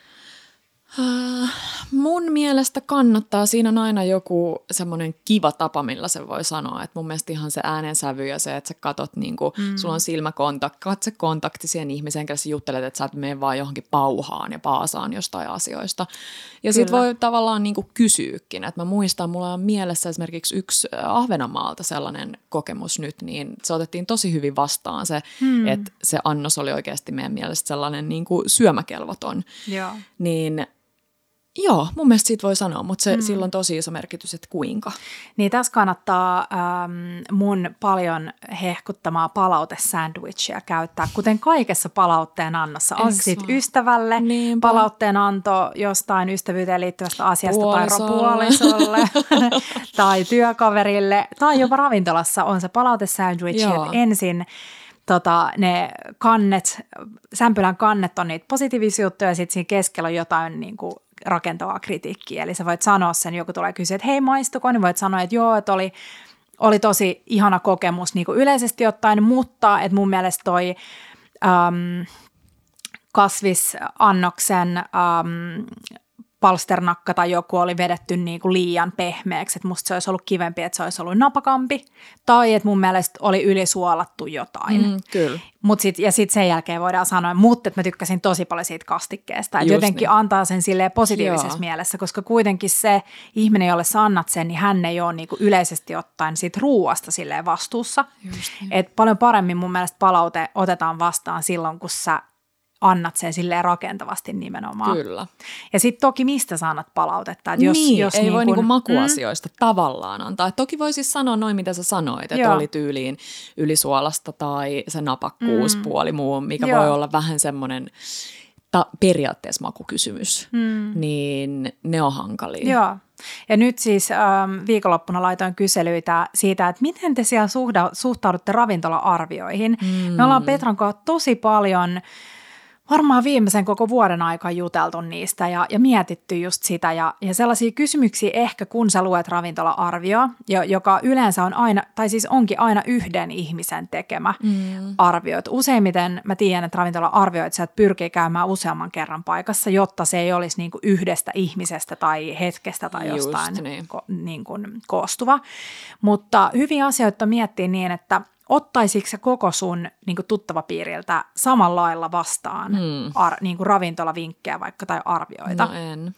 Uh, mun mielestä kannattaa. Siinä on aina joku semmoinen kiva tapa, millä se voi sanoa. Et mun mielestä ihan se äänensävy ja se, että sä katot, niinku, mm. sulla on silmäkontakti, katsekontakti siihen ihmiseen, kenellä sä juttelet, että sä et mene vaan johonkin pauhaan ja paasaan jostain asioista. Ja sit voi tavallaan niinku kysyykin. Et mä muistan, mulla on mielessä esimerkiksi yksi Ahvenanmaalta sellainen kokemus nyt, niin se otettiin tosi hyvin vastaan se, mm. että se annos oli oikeasti meidän mielestä sellainen niinku syömäkelvoton. Joo. Niin Joo, mun mielestä siitä voi sanoa, mutta se, mm. sillä on tosi iso merkitys, että kuinka. Niin tässä kannattaa ähm, mun paljon hehkuttamaa palautesandwichia käyttää, kuten kaikessa palautteen annossa. On sitten ystävälle Niinpä. palautteen anto jostain ystävyyteen liittyvästä asiasta Puolisolle. tai puolisolle tai työkaverille tai jopa ravintolassa on se palautesandwich, että ensin Tota, ne kannet, sämpylän kannet on niitä positiivisia juttuja ja sitten siinä keskellä on jotain niin kuin rakentavaa kritiikkiä. Eli sä voit sanoa sen, joku tulee kysyä, että hei maistuko, niin voit sanoa, että joo, että oli, oli tosi ihana kokemus niin kuin yleisesti ottaen, mutta että mun mielestä toi äm, kasvisannoksen äm, palsternakka tai joku oli vedetty niin kuin liian pehmeäksi, että musta se olisi ollut kivempi, että se olisi ollut napakampi, tai että mun mielestä oli ylisuolattu jotain. Mm, kyllä. Mut sit, ja sitten sen jälkeen voidaan sanoa, mutta että mä tykkäsin tosi paljon siitä kastikkeesta, että jotenkin niin. antaa sen silleen positiivisessa Joo. mielessä, koska kuitenkin se ihminen, jolle sä annat sen, niin hän ei ole niin kuin yleisesti ottaen siitä ruuasta silleen vastuussa. Niin. Että paljon paremmin mun mielestä palaute otetaan vastaan silloin, kun sä annat sen silleen rakentavasti nimenomaan. Kyllä. Ja sitten toki mistä sä annat palautetta. Että jos, niin, jos ei niin voi kun, niinku makuasioista mm. tavallaan antaa. Et toki voi siis sanoa noin, mitä sä sanoit, että Joo. oli tyyliin ylisuolasta tai se napakkuuspuoli mm. muu, mikä Joo. voi olla vähän semmoinen ta- periaatteessa makukysymys. Mm. Niin ne on hankalia. Joo. Ja nyt siis ähm, viikonloppuna laitoin kyselyitä siitä, että miten te siellä suhda- suhtaudutte ravintola-arvioihin. Mm. Me ollaan Petran kanssa tosi paljon varmaan viimeisen koko vuoden aikaa juteltu niistä ja, ja mietitty just sitä. Ja, ja sellaisia kysymyksiä ehkä, kun sä luet ravintola-arvio, jo, joka yleensä on aina, tai siis onkin aina yhden ihmisen tekemä mm. arvio. Et useimmiten mä tiedän, että ravintola-arvioitsijat pyrkii käymään useamman kerran paikassa, jotta se ei olisi niinku yhdestä ihmisestä tai hetkestä tai jostain just niin. ko, niin kuin koostuva. Mutta hyviä asioita miettii niin, että ottaisitko sä koko sun niin kuin tuttavapiiriltä samalla lailla vastaan hmm. ar, niin kuin ravintolavinkkejä vaikka tai arvioita? No en.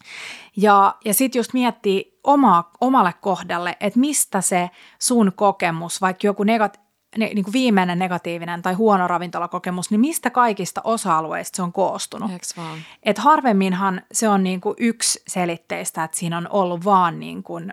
Ja, ja sitten just miettii oma, omalle kohdalle, että mistä se sun kokemus, vaikka joku negati- ne, niin kuin viimeinen negatiivinen tai huono ravintolakokemus, niin mistä kaikista osa-alueista se on koostunut? Että harvemminhan se on niin kuin yksi selitteistä, että siinä on ollut vaan niin kuin,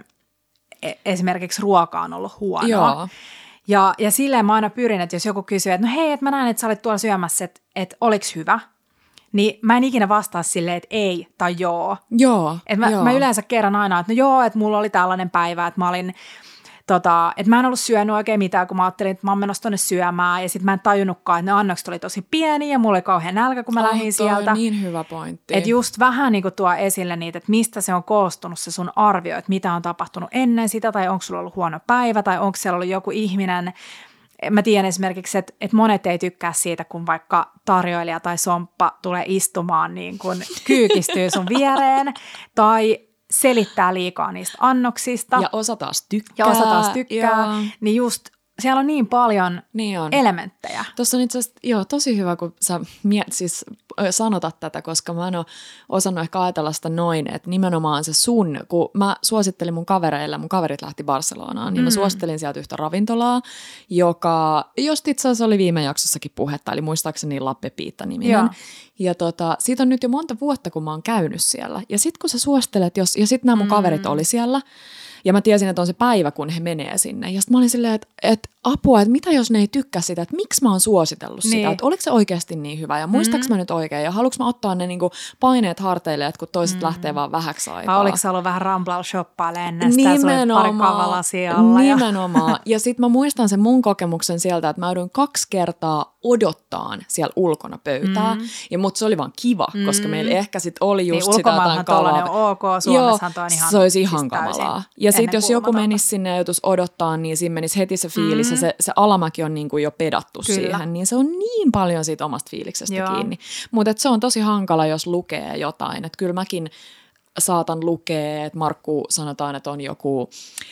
esimerkiksi ruoka on ollut huonoa. Joo. Ja, ja silleen mä aina pyrin, että jos joku kysyy, että no hei, että mä näen, että sä olit tuolla syömässä, että, että oliko hyvä, niin mä en ikinä vastaa silleen, että ei tai joo. Joo, että mä, joo. mä yleensä kerran aina, että no joo, että mulla oli tällainen päivä, että mä olin, tota, että mä en ollut syönyt oikein mitään, kun mä ajattelin, että mä oon menossa tonne syömään, ja sitten mä en tajunnutkaan, että ne annokset oli tosi pieniä, ja mulla oli kauhean nälkä, kun mä oh, lähdin sieltä. Niin hyvä pointti. Että just vähän niin kuin tuo esille niitä, että mistä se on koostunut se sun arvio, että mitä on tapahtunut ennen sitä, tai onko sulla ollut huono päivä, tai onko siellä ollut joku ihminen. Mä tiedän esimerkiksi, että, että monet ei tykkää siitä, kun vaikka tarjoilija tai somppa tulee istumaan niin kuin kyykistyy sun viereen, tai selittää liikaa niistä annoksista. Ja osa taas tykkää. Ja osa taas tykkää. Joo. Niin just siellä on niin paljon niin on. elementtejä. Tuossa on itse asiassa, joo, tosi hyvä, kun sä miet, siis sanotat tätä, koska mä en ole osannut ehkä ajatella sitä noin, että nimenomaan se sun, kun mä suosittelin mun kavereille, mun kaverit lähti Barcelonaan, niin mm. mä suosittelin sieltä yhtä ravintolaa, joka, just itse asiassa oli viime jaksossakin puhetta, eli muistaakseni La Pepita-niminen. Joo. Ja tota, siitä on nyt jo monta vuotta, kun mä oon käynyt siellä. Ja sit kun sä suosittelet, jos, ja sit nämä mun mm. kaverit oli siellä, ja mä tiesin, että on se päivä, kun he menee sinne. Ja sitten mä olin silleen, että, että apua, että mitä jos ne ei tykkää sitä, että miksi mä oon suositellut niin. sitä, että oliko se oikeasti niin hyvä ja muistaaks mm. mä nyt oikein ja haluanko mä ottaa ne niinku paineet harteille, että kun toiset mm. lähtee vaan vähäksi aikaa. Vai oliko se ollut vähän ramblaushoppailla ennen sitä, nimenomaan, sulla pari kavalasia alla. Nimenomaan. Ja, ja sitten mä muistan sen mun kokemuksen sieltä, että mä joudun kaksi kertaa odottaan siellä ulkona pöytää. Mm. Ja mut se oli vaan kiva, mm. koska meillä ehkä sit oli just niin, sitä jotain kalaa. Niin on ok, Suomessahan toi on ihan se olisi ihan kamalaa. Ja sitten jos joku menisi sinne ja joutuisi odottaa, niin siinä menisi heti se fiilis. Mm. Se, se alamäki on niinku jo pedattu Kyllä. siihen, niin se on niin paljon siitä omasta fiiliksestä Joo. kiinni. Mutta se on tosi hankala, jos lukee jotain. Että kyllä mäkin saatan lukea, että Markku sanotaan, että on joku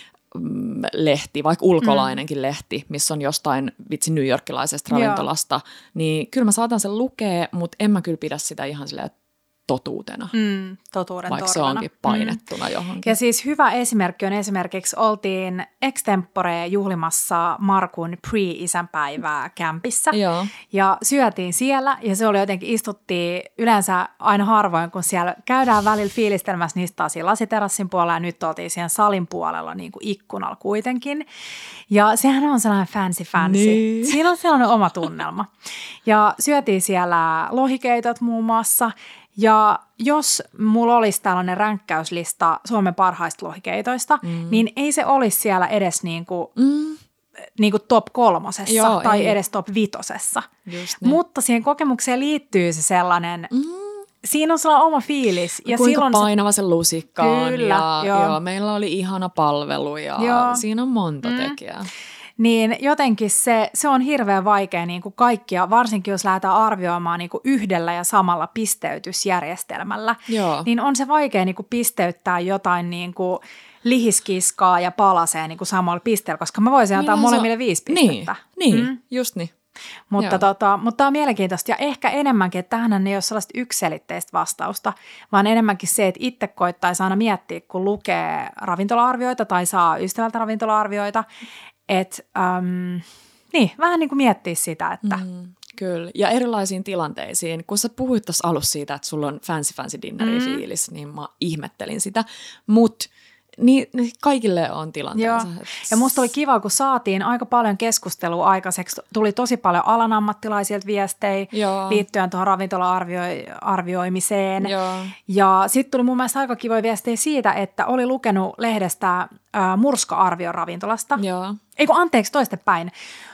mm, lehti, vaikka ulkolainenkin mm. lehti, missä on jostain vitsi newyorkilaisesta ravintolasta, Joo. niin kyllä mä saatan sen lukea, mutta en mä kyllä pidä sitä ihan silleen totuutena, mm, totuuden vaikka torvana. Se onkin painettuna mm. johonkin. Ja siis hyvä esimerkki on esimerkiksi, oltiin extempore juhlimassa Markun pre-isänpäivää kämpissä Joo. ja syötiin siellä ja se oli jotenkin, istuttiin yleensä aina harvoin, kun siellä käydään välillä fiilistelmässä, niistä taas lasiterassin puolella ja nyt oltiin siellä salin puolella niin kuin ikkunalla kuitenkin. Ja sehän on sellainen fancy fancy. Niin. Siinä on sellainen oma tunnelma. Ja syötiin siellä lohikeitot muun muassa. Ja jos mulla olisi tällainen ränkkäyslista Suomen parhaista lohikeitoista, mm. niin ei se olisi siellä edes niinku, mm. niinku top kolmosessa Joo, tai ei. edes top vitosessa. Mutta siihen kokemukseen liittyy se sellainen, mm. siinä on sellainen oma fiilis. Ja kuinka silloin painava se lusikka on. Kyllä, ja, joo. Joo, meillä oli ihana palvelu ja joo. siinä on monta mm. tekijää. niin jotenkin se, se on hirveän vaikea niin kuin kaikkia, varsinkin jos lähdetään arvioimaan niin kuin yhdellä ja samalla pisteytysjärjestelmällä, Joo. niin on se vaikea niin kuin pisteyttää jotain niin kuin lihiskiskaa ja palasee niin kuin samalla pisteellä, koska mä voisin antaa molemmille viisi pistettä. Niin, niin mm. just niin. Mutta, tota, mutta tämä on mielenkiintoista ja ehkä enemmänkin, että tähän ei ole sellaista yksiselitteistä vastausta, vaan enemmänkin se, että itse koittaisi aina miettiä, kun lukee ravintola-arvioita tai saa ystävältä ravintola-arvioita, että äm, niin, vähän niin kuin miettiä sitä, että... Mm, kyllä, ja erilaisiin tilanteisiin. Kun sä puhuit tuossa alussa siitä, että sulla on fancy fancy dinneri fiilis, mm. niin mä ihmettelin sitä, mutta... Niin, kaikille on tilanteensa. Joo. Ja musta oli kiva, kun saatiin aika paljon keskustelua aikaiseksi. Tuli tosi paljon alan ammattilaisilta viestejä Joo. liittyen tuohon ravintola-arvioimiseen. Joo. Ja sitten tuli mun mielestä aika kivoja viestejä siitä, että oli lukenut lehdestä äh, Murska-arvion ravintolasta. Joo. Ei kun anteeksi, toistepäin.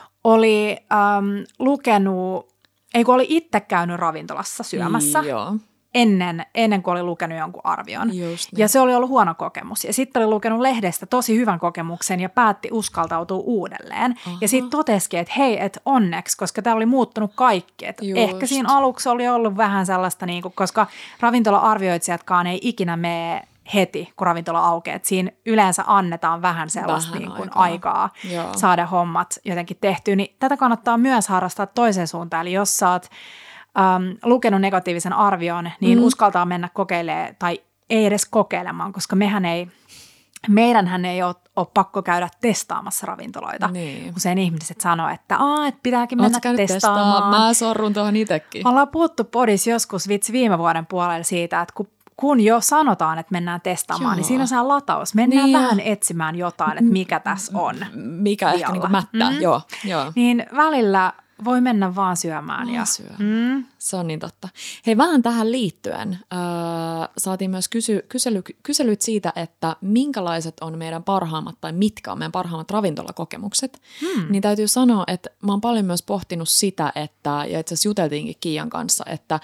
Oli ähm, lukenut, ei kun oli itse käynyt ravintolassa syömässä. Joo. Ennen, ennen kuin oli lukenut jonkun arvion. Niin. Ja se oli ollut huono kokemus. Ja sitten oli lukenut lehdestä tosi hyvän kokemuksen ja päätti uskaltautua uudelleen. Aha. Ja sitten totesikin, että hei, että onneksi, koska täällä oli muuttunut kaikki. Et ehkä siinä aluksi oli ollut vähän sellaista, niin kuin, koska ravintola-arvioitsijatkaan ei ikinä mene heti, kun ravintola aukeaa. Et siinä yleensä annetaan vähän sellaista vähän niin kuin aikaa, aikaa saada hommat jotenkin tehtyä. Niin tätä kannattaa myös harrastaa toiseen suuntaan. Eli jos sä oot Um, lukenut negatiivisen arvion, niin mm. uskaltaa mennä kokeilemaan tai ei edes kokeilemaan, koska mehän ei, meidänhän ei ole, ole pakko käydä testaamassa ravintoloita. Niin. Usein ihmiset sanoo, että, Aa, että pitääkin mennä testaamaan. testaamaan. Mä sorrun tuohon itsekin. Me ollaan puhuttu podissa joskus vitsi viime vuoden puolella siitä, että kun kun jo sanotaan, että mennään testaamaan, Joo. niin siinä on se lataus. Mennään niin vähän etsimään jotain, että mikä tässä on. Mikä ehkä niin kuin mättää, mm. Joo, joo. Niin välillä voi mennä vaan syömään. Vaan ja, syö. mm. Se on niin totta. Hei, vähän tähän liittyen äh, saatiin myös kysy, kysely, kyselyt siitä, että minkälaiset on meidän parhaimmat tai mitkä on meidän parhaimmat ravintolakokemukset. Hmm. Niin täytyy sanoa, että mä oon paljon myös pohtinut sitä, että, ja itse asiassa juteltiinkin Kiian kanssa, että,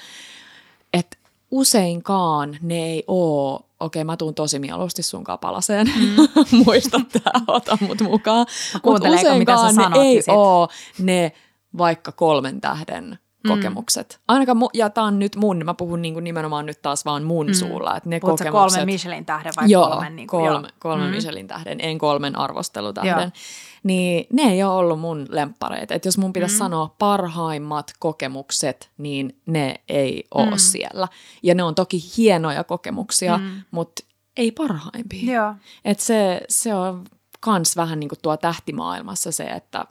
että useinkaan ne ei ole, okei mä tuun tosi mieluusti sunkaan palaseen, mm. muista tää, ota mut mukaan. Mutta useinkaan ne ei sit? ole ne vaikka kolmen tähden kokemukset. Mm. Ainakaan, mu- ja tää on nyt mun, mä puhun niinku nimenomaan nyt taas vaan mun mm. suulla. Että ne Puhut kokemukset, kolmen Michelin tähden vai joo, kolmen? Niin kolme, joo, kolmen mm. Michelin tähden, en kolmen arvostelutähden. Joo. Niin ne ei ole ollut mun lemppareita. Että jos mun pitäisi mm. sanoa parhaimmat kokemukset, niin ne ei ole mm. siellä. Ja ne on toki hienoja kokemuksia, mm. mutta ei parhaimpia. Joo. Että se, se on kans vähän niin kuin tuo tähtimaailmassa se, että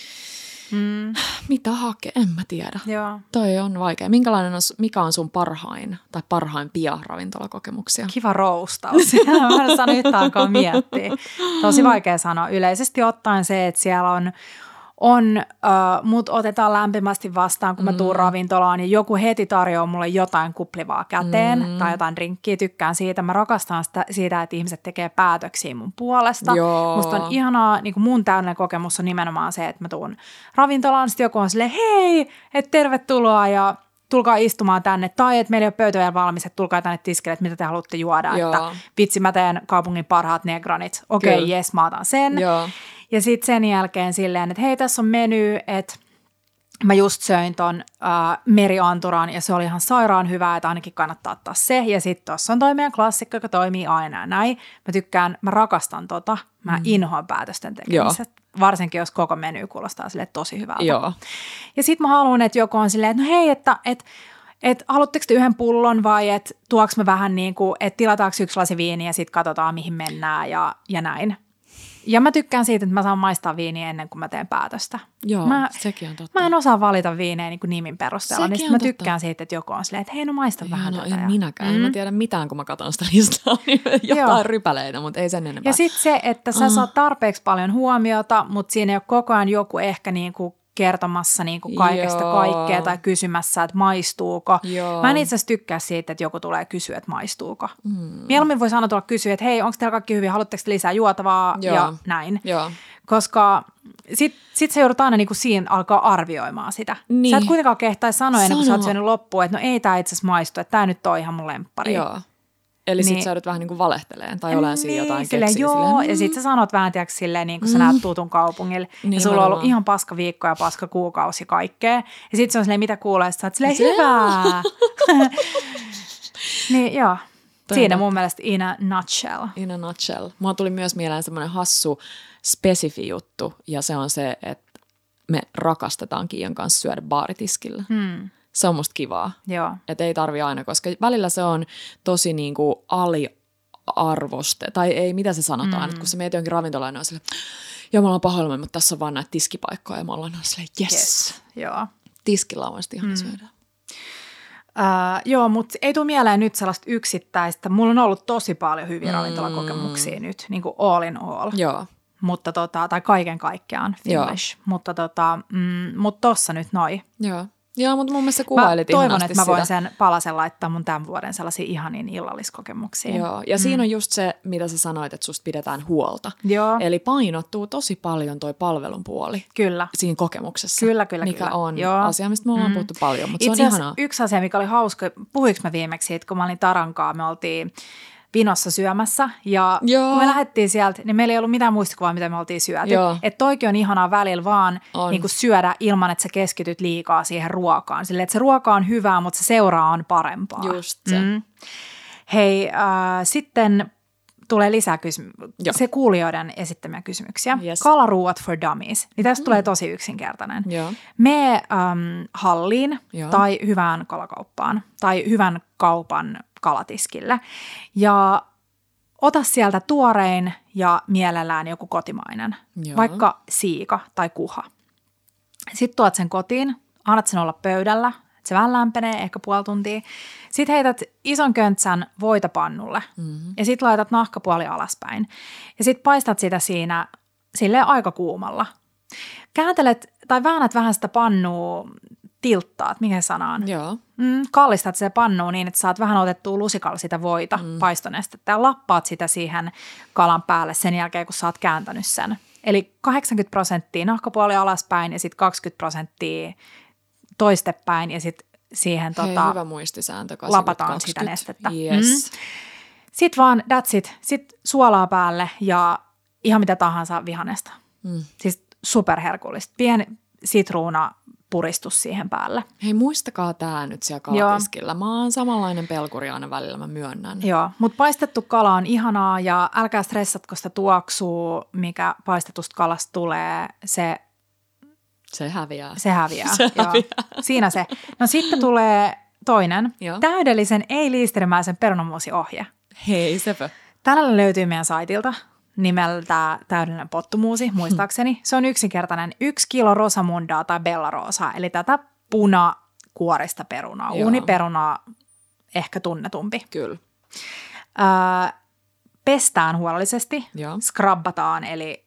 Mm. mitä hakee, en mä tiedä. Joo. Toi on vaikea. Minkälainen on, mikä on sun parhain tai parhaimpia ravintolakokemuksia? Kiva roustaus. Mä en sano yhtään alkaa miettiä. Tosi vaikea sanoa. Yleisesti ottaen se, että siellä on, on uh, mut otetaan lämpimästi vastaan, kun mä tuun mm. ravintolaan ja joku heti tarjoaa mulle jotain kuplivaa käteen mm. tai jotain drinkkiä. Tykkään siitä. Mä rakastan sitä, siitä, että ihmiset tekee päätöksiä mun puolesta. Joo. Musta on ihanaa, niin kuin mun täydellinen kokemus on nimenomaan se, että mä tuun ravintolaan, sitten joku on silleen, hei, että tervetuloa ja tulkaa istumaan tänne. Tai että meillä ei ole pöytä vielä valmis, että tulkaa tänne tiskille, että mitä te haluatte juoda. Joo. Että vitsi, mä teen kaupungin parhaat negranit. Okei, okay, jes, mä otan sen. Joo. Ja sitten sen jälkeen silleen, että hei, tässä on meny, että mä just söin ton äh, merianturan ja se oli ihan sairaan hyvää, että ainakin kannattaa ottaa se. Ja sitten tuossa on toi meidän klassikko, joka toimii aina ja näin. Mä tykkään, mä rakastan tota, mä mm. inhoan päätösten tekemiset. Varsinkin, jos koko meny kuulostaa silleen tosi hyvältä. Joo. Ja sitten mä haluan, että joku on silleen, että no hei, että et, et, haluatteko te yhden pullon vai että tuoks me vähän niin kuin, että tilataanko yksi lasi viiniä ja sitten katsotaan mihin mennään ja, ja näin. Ja mä tykkään siitä, että mä saan maistaa viiniä ennen kuin mä teen päätöstä. Joo, mä, sekin on totta. Mä en osaa valita viinejä niin kuin nimin perusteella, sekin niin mä tykkään totta. siitä, että joku on silleen, että hei, no maista Joo, vähän no, tätä. En ja... minäkään, mm. en mä tiedä mitään, kun mä katson sitä listaa, niin jotain Joo. rypäleitä, mutta ei sen enempää. Ja sitten se, että sä uh. saat tarpeeksi paljon huomiota, mutta siinä ei ole koko ajan joku ehkä niin kuin kertomassa niin kuin kaikesta Joo. kaikkea tai kysymässä, että maistuuko. Joo. Mä en itse asiassa tykkää siitä, että joku tulee kysyä, että maistuuko. Mm. Mieluummin voi sanoa tulla kysyä, että hei, onko teillä kaikki hyvin, haluatteko lisää juotavaa Joo. ja näin. Joo. Koska sit, sit sä joudut aina niinku siinä alkaa arvioimaan sitä. Niin. Sä et kuitenkaan kehtaisi sanoa ennen kuin sä oot syönyt loppuun, että no ei tää itse asiassa maistu, että tää nyt on ihan mun lemppari. Joo. Eli niin, sit sä joudut vähän niin kuin valehteleen tai olemaan siinä niin, jotain sille, keksiä. Joo, silleen, ja sit sä sanot vähän, tiiäks, silleen, niin kun sä mm. näet tutun kaupungilla, niin ja sulla on ollut ihan paska viikko ja paska kuukausi kaikkea. Ja sit se on silleen, mitä kuulee, sä oot silleen, hyvää. Niin joo, Toi siinä mun mielestä in a nutshell. In a nutshell. Mua tuli myös mieleen semmoinen hassu spesifi juttu, ja se on se, että me rakastetaan Kiian kanssa syödä baaritiskillä. Hmm. Se on musta kivaa. Joo. Että ei tarvi aina, koska välillä se on tosi niinku aliarvoste, tai ei, mitä se sanotaan, mm. että kun sä mietit jonkin ravintolaan, niin on silleen, joo, mä ollaan pahoillamme, mutta tässä on vaan näitä tiskipaikkoja, ja mä ollaan silleen, yes. yes. Joo. Tiskillä on vasta ihan mm. syödä. Uh, joo, mutta ei tule mieleen nyt sellaista yksittäistä. Mulla on ollut tosi paljon hyviä mm. ravintolakokemuksia nyt, niin kuin all in all. Joo. Mutta tota, tai kaiken kaikkiaan Finnish. Joo. Mutta tota, mm, mut tossa nyt noi. Joo. Joo, mutta mun mielestä sä kuvailit ihanasti toivon, että mä voin sitä. sen palasen laittaa mun tämän vuoden sellaisiin ihaniin illalliskokemuksiin. Joo, ja mm. siinä on just se, mitä sä sanoit, että susta pidetään huolta. Joo. Eli painottuu tosi paljon toi palvelun puoli. Kyllä. Siinä kokemuksessa. Kyllä, kyllä, mikä kyllä. on Joo. asia, mistä me ollaan mm. puhuttu paljon, mutta itse se on ihanaa. Yksi asia, mikä oli hauska, puhuinko mä viimeksi siitä, kun mä olin Tarankaa, me oltiin Vinossa syömässä ja Joo. kun me lähdettiin sieltä, niin meillä ei ollut mitään muistikuvaa, mitä me oltiin syöty. Että toikin on ihanaa välillä vaan niin kuin syödä ilman, että sä keskityt liikaa siihen ruokaan. Silleen, että se ruoka on hyvää, mutta se seuraa on parempaa. Just se. Mm. Hei, äh, sitten tulee lisää kysymyksiä. Se kuulijoiden esittämiä kysymyksiä. Yes. Kalaruuat for dummies. Niin tästä mm. tulee tosi yksinkertainen. Joo. Mene ähm, halliin Joo. tai hyvään kalakauppaan tai hyvän kaupan kalatiskille ja ota sieltä tuorein ja mielellään joku kotimainen, Joo. vaikka siika tai kuha. Sitten tuot sen kotiin, annat sen olla pöydällä, että se vähän lämpenee, ehkä puoli tuntia. Sitten heität ison köntsän voita pannulle mm-hmm. ja sitten laitat nahkapuoli alaspäin. Ja sitten paistat sitä siinä silleen aika kuumalla. Kääntelet tai väännät vähän sitä pannua, tilttaat, mikä sanaan? Joo. Mm, kallistat se pannuun niin, että saat vähän otettua lusikalla sitä voita mm. paistonestettä ja lappaat sitä siihen kalan päälle sen jälkeen, kun sä oot kääntänyt sen. Eli kahdeksankymmentä prosenttia nahkapuoli alaspäin ja sitten kaksikymmentä prosenttia toistepäin ja sitten siihen Hei, tota, hyvä muistisääntö, lapataan sitä nestettä. Yes. Mm. Sitten vaan that's it. Sitten suolaa päälle ja ihan mitä tahansa vihannesta. Mm. Siis superherkullista. Pieni sitruuna puristus siihen päälle. Hei, muistakaa tämä nyt siellä kalatiskilla. Mä oon samanlainen pelkuri aina välillä, mä myönnän. Joo, mutta paistettu kala on ihanaa ja älkää stressatko sitä tuoksua, mikä paistetusta kalasta tulee. Se, se häviää. Se häviää, se joo. häviää. Siinä se. No sitten tulee toinen, joo. täydellisen ei-liisterimäisen perunamuusiohje. Hei, sepä. Tällä löytyy meidän saitilta. Nimeltä täydellinen pottumuusi, muistaakseni. Se on yksinkertainen yksi kilo rosamundaa tai bellaroosaa, eli tätä punakuorista perunaa. Joo. Uuniperunaa ehkä tunnetumpi. Kyllä. Öö, pestään huolellisesti, Joo. skrabbataan, eli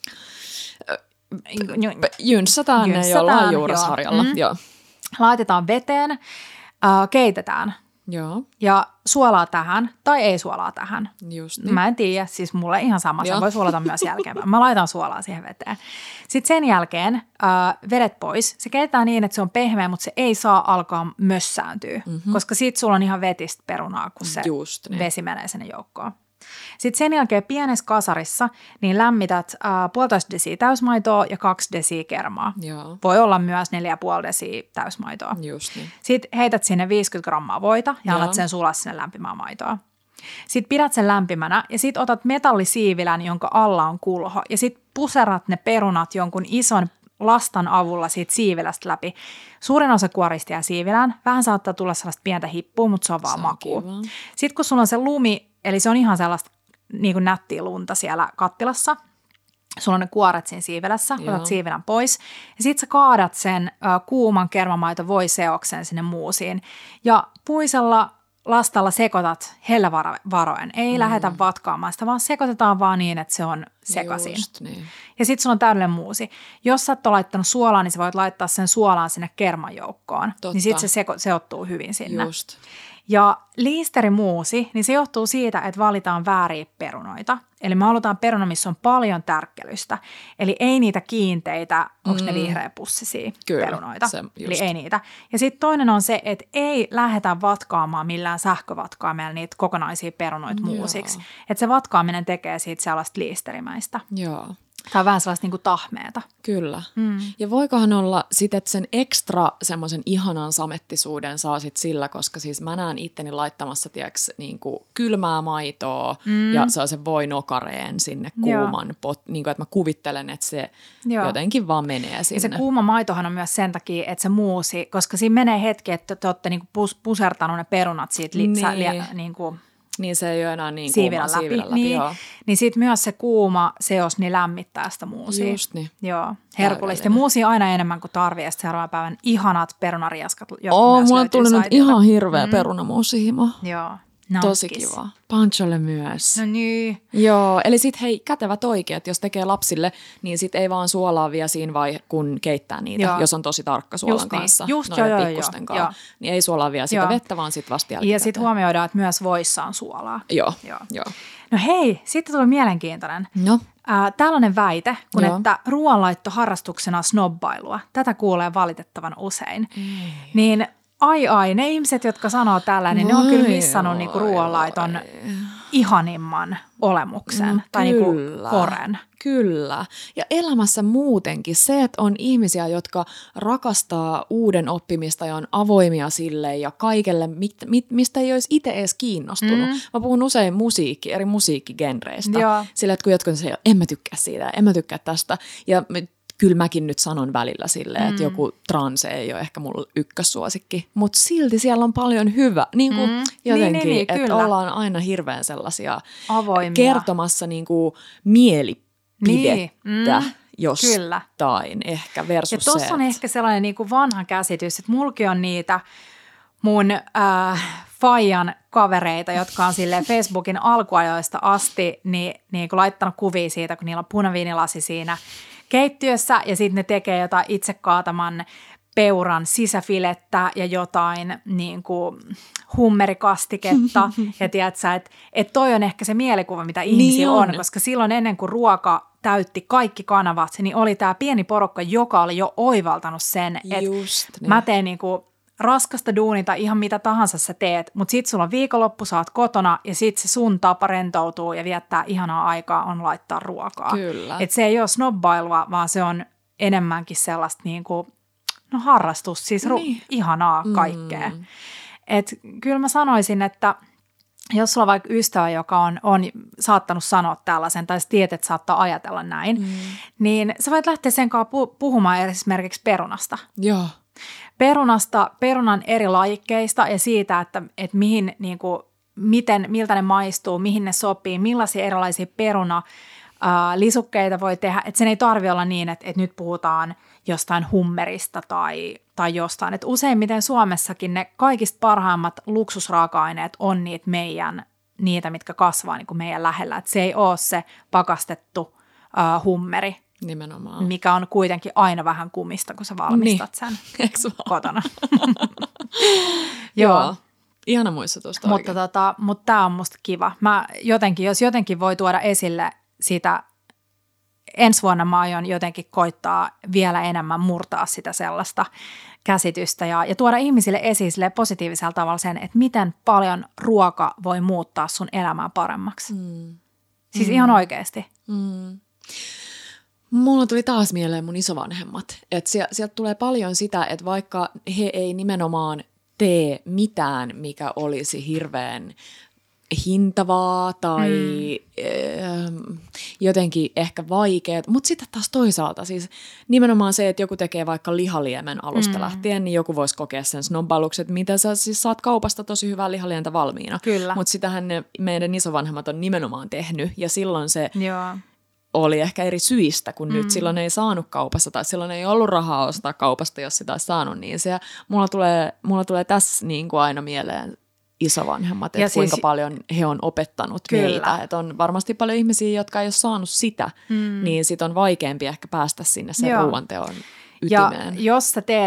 jynssätään ne jollain juurasharjalla. Mm. Joo. Laitetaan veteen, öö, keitetään. Joo. Ja suolaa tähän tai ei suolaa tähän. Just niin. Mä en tiedä, siis mulle ihan sama, se voi suolata myös jälkeen. Mä laitan suolaa siihen veteen. Sitten sen jälkeen äh, vedet pois. Se keitetään niin, että se on pehmeä, mutta se ei saa alkaa mössääntyä, mm-hmm. koska siitä sulla on ihan vetistä perunaa, kun se niin. vesi menee sinne joukkoon. Sitten sen jälkeen pienessä kasarissa niin lämmität äh, puolitoista desiä täysmaitoa ja kaksi desiä kermaa. Joo. Voi olla myös neljä pilkku viisi desiä täysmaitoa. Just niin. Sitten heität sinne viisikymmentä grammaa voita ja annat sen sulaa sinne lämpimään maitoa. Sitten pidät sen lämpimänä ja sitten otat metallisiivilän, jonka alla on kulho. Ja sitten puserat ne perunat jonkun ison lastan avulla siitä siivilästä läpi. Suurin osa kuorista jää siivilään. Vähän saattaa tulla sellaista pientä hippua, mutta se on vaan makua. Sitten kun sulla on se lumi, eli se on ihan sellaista niin kuin nättiä lunta siellä kattilassa. Sulla on ne kuoret siinä siivelässä, Joo. otat siivelän pois. Ja sitten sä kaadat sen äh, kuuman kermamaito-voiseoksen sinne muusiin. Ja puisella lastalla sekoitat hellävaroen. Ei mm. lähdetä vatkaamaan sitä, vaan sekoitetaan vaan niin, että se on sekaisin. Just niin. Ja sitten sulla on täydellinen muusi. Jos sä et ole laittanut suolaa, niin sä voit laittaa sen suolaan sinne kerman joukkoon. Totta. Niin sitten se seko- seottuu hyvin sinne. Just. Ja liisterimuusi, niin se johtuu siitä, että valitaan vääriä perunoita. Eli me halutaan peruna, missä on paljon tärkkelystä. Eli ei niitä kiinteitä, onko mm. ne vihreäpussisia Kyllä, perunoita. Eli ei niitä. Ja sitten toinen on se, että ei lähdetä vatkaamaan millään sähkövatkaamella niitä kokonaisia perunoita muusiksi. Että se vatkaaminen tekee siitä sellaista liisterimäistä. Joo. Tai vähän sellaista niin kuin tahmeeta. Kyllä. Mm. Ja voikohan olla sitten, että sen ekstra semmoisen ihanan samettisuuden saa sit sillä, koska siis mä näen itteni laittamassa, tiiäks, niin kuin kylmää maitoa mm. ja saa sen voinokareen sinne kuuman, pot, niin kuin, että mä kuvittelen, että se Joo. jotenkin vaan menee sinne. Ja se kuuma maitohan on myös sen takia, että se muusi, koska siinä menee hetki, että te olette niin kuin pus, pusertanut ne perunat siitä li, niin. Sä, li, niin kuin Niin se ei ole enää niin kuuma läpi. siivilä läpi. Niin, joo. niin sitten myös se kuuma seos niin lämmittää sitä muusia. Just niin. Joo, herkullisesti. Muusia aina enemmän kuin tarvii ja seuraavan päivän ihanat perunariaskat, jotka Oo, myös mulla on tullut nyt ihan hirveä mm. perunamuusihimo. Joo. Tosi kiva. Pancholle myös. No niin. Joo, eli sit hei, kätevät oikeat, jos tekee lapsille, niin sit ei vaan suolaa vielä siinä vai kun keittää niitä, joo. jos on tosi tarkka suolan Just kanssa. Niin. Just joo, joo, pikkusten joo, joo. Niin ei suolaa vielä sitä joo. vettä, vaan sit vasta jälkikäteen. Ja sit huomioidaan, että myös voissa on suolaa. Joo, joo. joo. No hei, sitten tuli mielenkiintoinen. No. Äh, tällainen väite, kun Joo. että ruoanlaitto harrastuksena snobbailua. Tätä kuulee valitettavan usein. Mm. Niin ai ai, ne ihmiset, jotka sanoo tällä, niin vai, ne on kyllä missannut niinku ruoanlaiton vai. ihanimman olemuksen no, tai niinku koren. Kyllä. Ja elämässä muutenkin se, että on ihmisiä, jotka rakastaa uuden oppimista ja on avoimia sille ja kaikelle, mit, mit, mistä ei olisi itse edes kiinnostunut. Mm. Mä puhun usein musiikki, eri musiikkigenreistä. Joo. Sillä, että kun jotkut sanoo, en mä tykkää siitä, en mä tykkää tästä. Ja kyllä mäkin nyt sanon välillä silleen, mm. että joku transe ei ole ehkä mulla ykkössuosikki, mutta silti siellä on paljon hyvä. Niin kuin mm. jotenkin, niin, niin, niin, että ollaan aina hirveän sellaisia avoimia. Kertomassa niin kuin mielipidettä niin. mm. jostain ehkä versus ja tossa se. on ehkä sellainen niin kuin vanha käsitys, että mulki on niitä mun äh, faijan kavereita, jotka on silleen Facebookin alkuajoista asti niin, niin kuin laittanut kuvia siitä, kun niillä on punaviinilasi siinä keittiössä ja sitten ne tekee jotain itse kaataman peuran sisäfilettä ja jotain niin kuin hummerikastiketta. Ja tiedätkö, että et toi on ehkä se mielikuva, mitä ihmisillä niin on. on, koska silloin ennen kuin ruoka täytti kaikki kanavat, niin oli tämä pieni porukka, joka oli jo oivaltanut sen, että niin. mä teen niin kuin raskasta duunita, ihan mitä tahansa sä teet, mutta sit sulla on viikonloppu, sä oot kotona ja sit se sun tapa rentoutuu ja viettää ihanaa aikaa on laittaa ruokaa. Kyllä. Et se ei ole snobbailua, vaan se on enemmänkin sellaista niinku, no harrastus, siis ru- niin. ihanaa kaikkea. Mm. Et kyllä mä sanoisin, että jos sulla on vaikka ystävä, joka on, on saattanut sanoa tällaisen, tai sä tiedät, että saattaa ajatella näin, mm. niin sä voit lähteä sen kanssa puhumaan esimerkiksi perunasta. Joo. Perunasta, perunan eri lajikkeista ja siitä, että, että mihin, niin kuin, miten, miltä ne maistuu, mihin ne sopii, millaisia erilaisia perunalisukkeita voi tehdä. Että sen ei tarvitse olla niin, että, että nyt puhutaan jostain hummerista tai, tai jostain. Että useimmiten Suomessakin ne kaikista parhaimmat luksusraaka-aineet on niitä meidän, niitä, mitkä kasvaa niin kuin meidän lähellä. Että se ei ole se pakastettu uh, hummeri. Nimenomaan. Mikä on kuitenkin aina vähän kumista, kun sä valmistat niin. sen kotona. Joo. Joo. Ihana muistutus. Mutta, tota, mutta tämä on musta kiva. Mä jotenkin, jos jotenkin voi tuoda esille sitä, ensi vuonna mä aion jotenkin koittaa vielä enemmän murtaa sitä sellaista käsitystä ja, ja tuoda ihmisille esiin positiivisella tavalla sen, että miten paljon ruoka voi muuttaa sun elämää paremmaksi. Mm. Siis mm. ihan oikeasti. Mm. Mulla tuli taas mieleen mun isovanhemmat, että sieltä tulee paljon sitä, että vaikka he ei nimenomaan tee mitään, mikä olisi hirveän hintavaa tai mm. äh, jotenkin ehkä vaikeaa, mutta sitten taas toisaalta siis nimenomaan se, että joku tekee vaikka lihaliemen alusta mm. lähtien, niin joku voisi kokea sen snobbailuksen, että mitä sä siis saat kaupasta tosi hyvää lihalientä valmiina. Kyllä. Mutta sitähän ne meidän isovanhemmat on nimenomaan tehnyt ja silloin se Joo. oli ehkä eri syistä, kun mm. nyt silloin ei saanut kaupasta tai silloin ei ollut rahaa ostaa kaupasta, jos sitä olisi saanut. Niin se, mulla, tulee, mulla tulee tässä niin kuin aina mieleen isovanhemmat, että kuinka siis, paljon he on opettanut kyllä. meitä. Että on varmasti paljon ihmisiä, jotka ei ole saanut sitä, mm. niin sit on vaikeampi ehkä päästä sinne sen ruoanteon ytimeen. Ja jos sä teet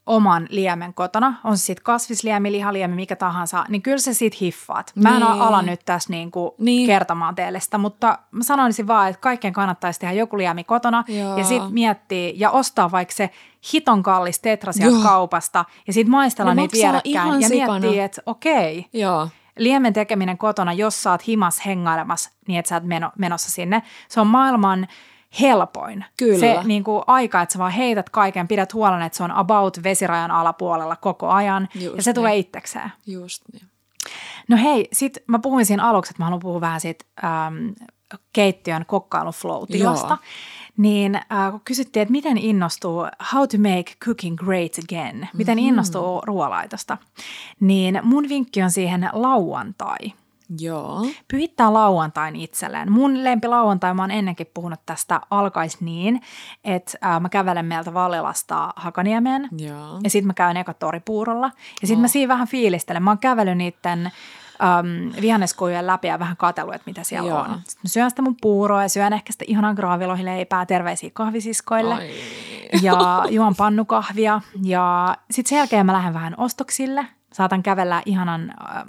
oman liemen kotona, on se sitten kasvisliemi, lihaliemi, mikä tahansa, niin kyllä se sit hiffaat. Mä en niin. ala nyt tässä niinku niin. kertomaan teille sitä, mutta mä sanoisin vaan, että kaikkien kannattaisi tehdä joku liemi kotona Joo. ja sitten miettiä ja ostaa vaikka se hiton kallis tetra sieltä Joo. kaupasta ja sitten maistella ne niitä vierekkäin ja miettiä, että okei, Joo. liemen tekeminen kotona, jos sä oot himas hengailemassa niin, että sä oot meno, menossa sinne, se on maailman helpoin. Kyllä. Se niin kuin aika, että sä vaan heität kaiken, pidät huolen, että se on about vesirajan alapuolella koko ajan Just ja se niin. tulee itsekseen. Just niin. No hei, sit mä puhuin siinä aluksi, että mä haluan puhua vähän siitä äm, keittiön kokkailun flow-tilasta. Niin äh, kun kysyttiin, että miten innostuu how to make cooking great again, miten mm-hmm. innostuu ruoalaitosta, niin mun vinkki on siihen lauantai. Joo. Pyhittää lauantain itselleen. Mun lempi lauantai, mä oon ennenkin puhunut tästä, alkaisi niin, että ää, mä kävelen meiltä Vallilasta Hakaniemeen Joo. ja sit mä käyn eka Toripuurolla ja sit oh. mä siinä vähän fiilistelen. Mä oon kävellyt niitten äm, vihanneskujen läpi ja vähän katsellut, että mitä siellä Joo. on. Sitten mä syön sitä mun puuroa ja syön ehkä sitä ihanaa graavilohileipää, terveisiä kahvisiskoille Ai. ja juon pannukahvia ja sit sen jälkeen mä lähden vähän ostoksille. Saatan kävellä ihanan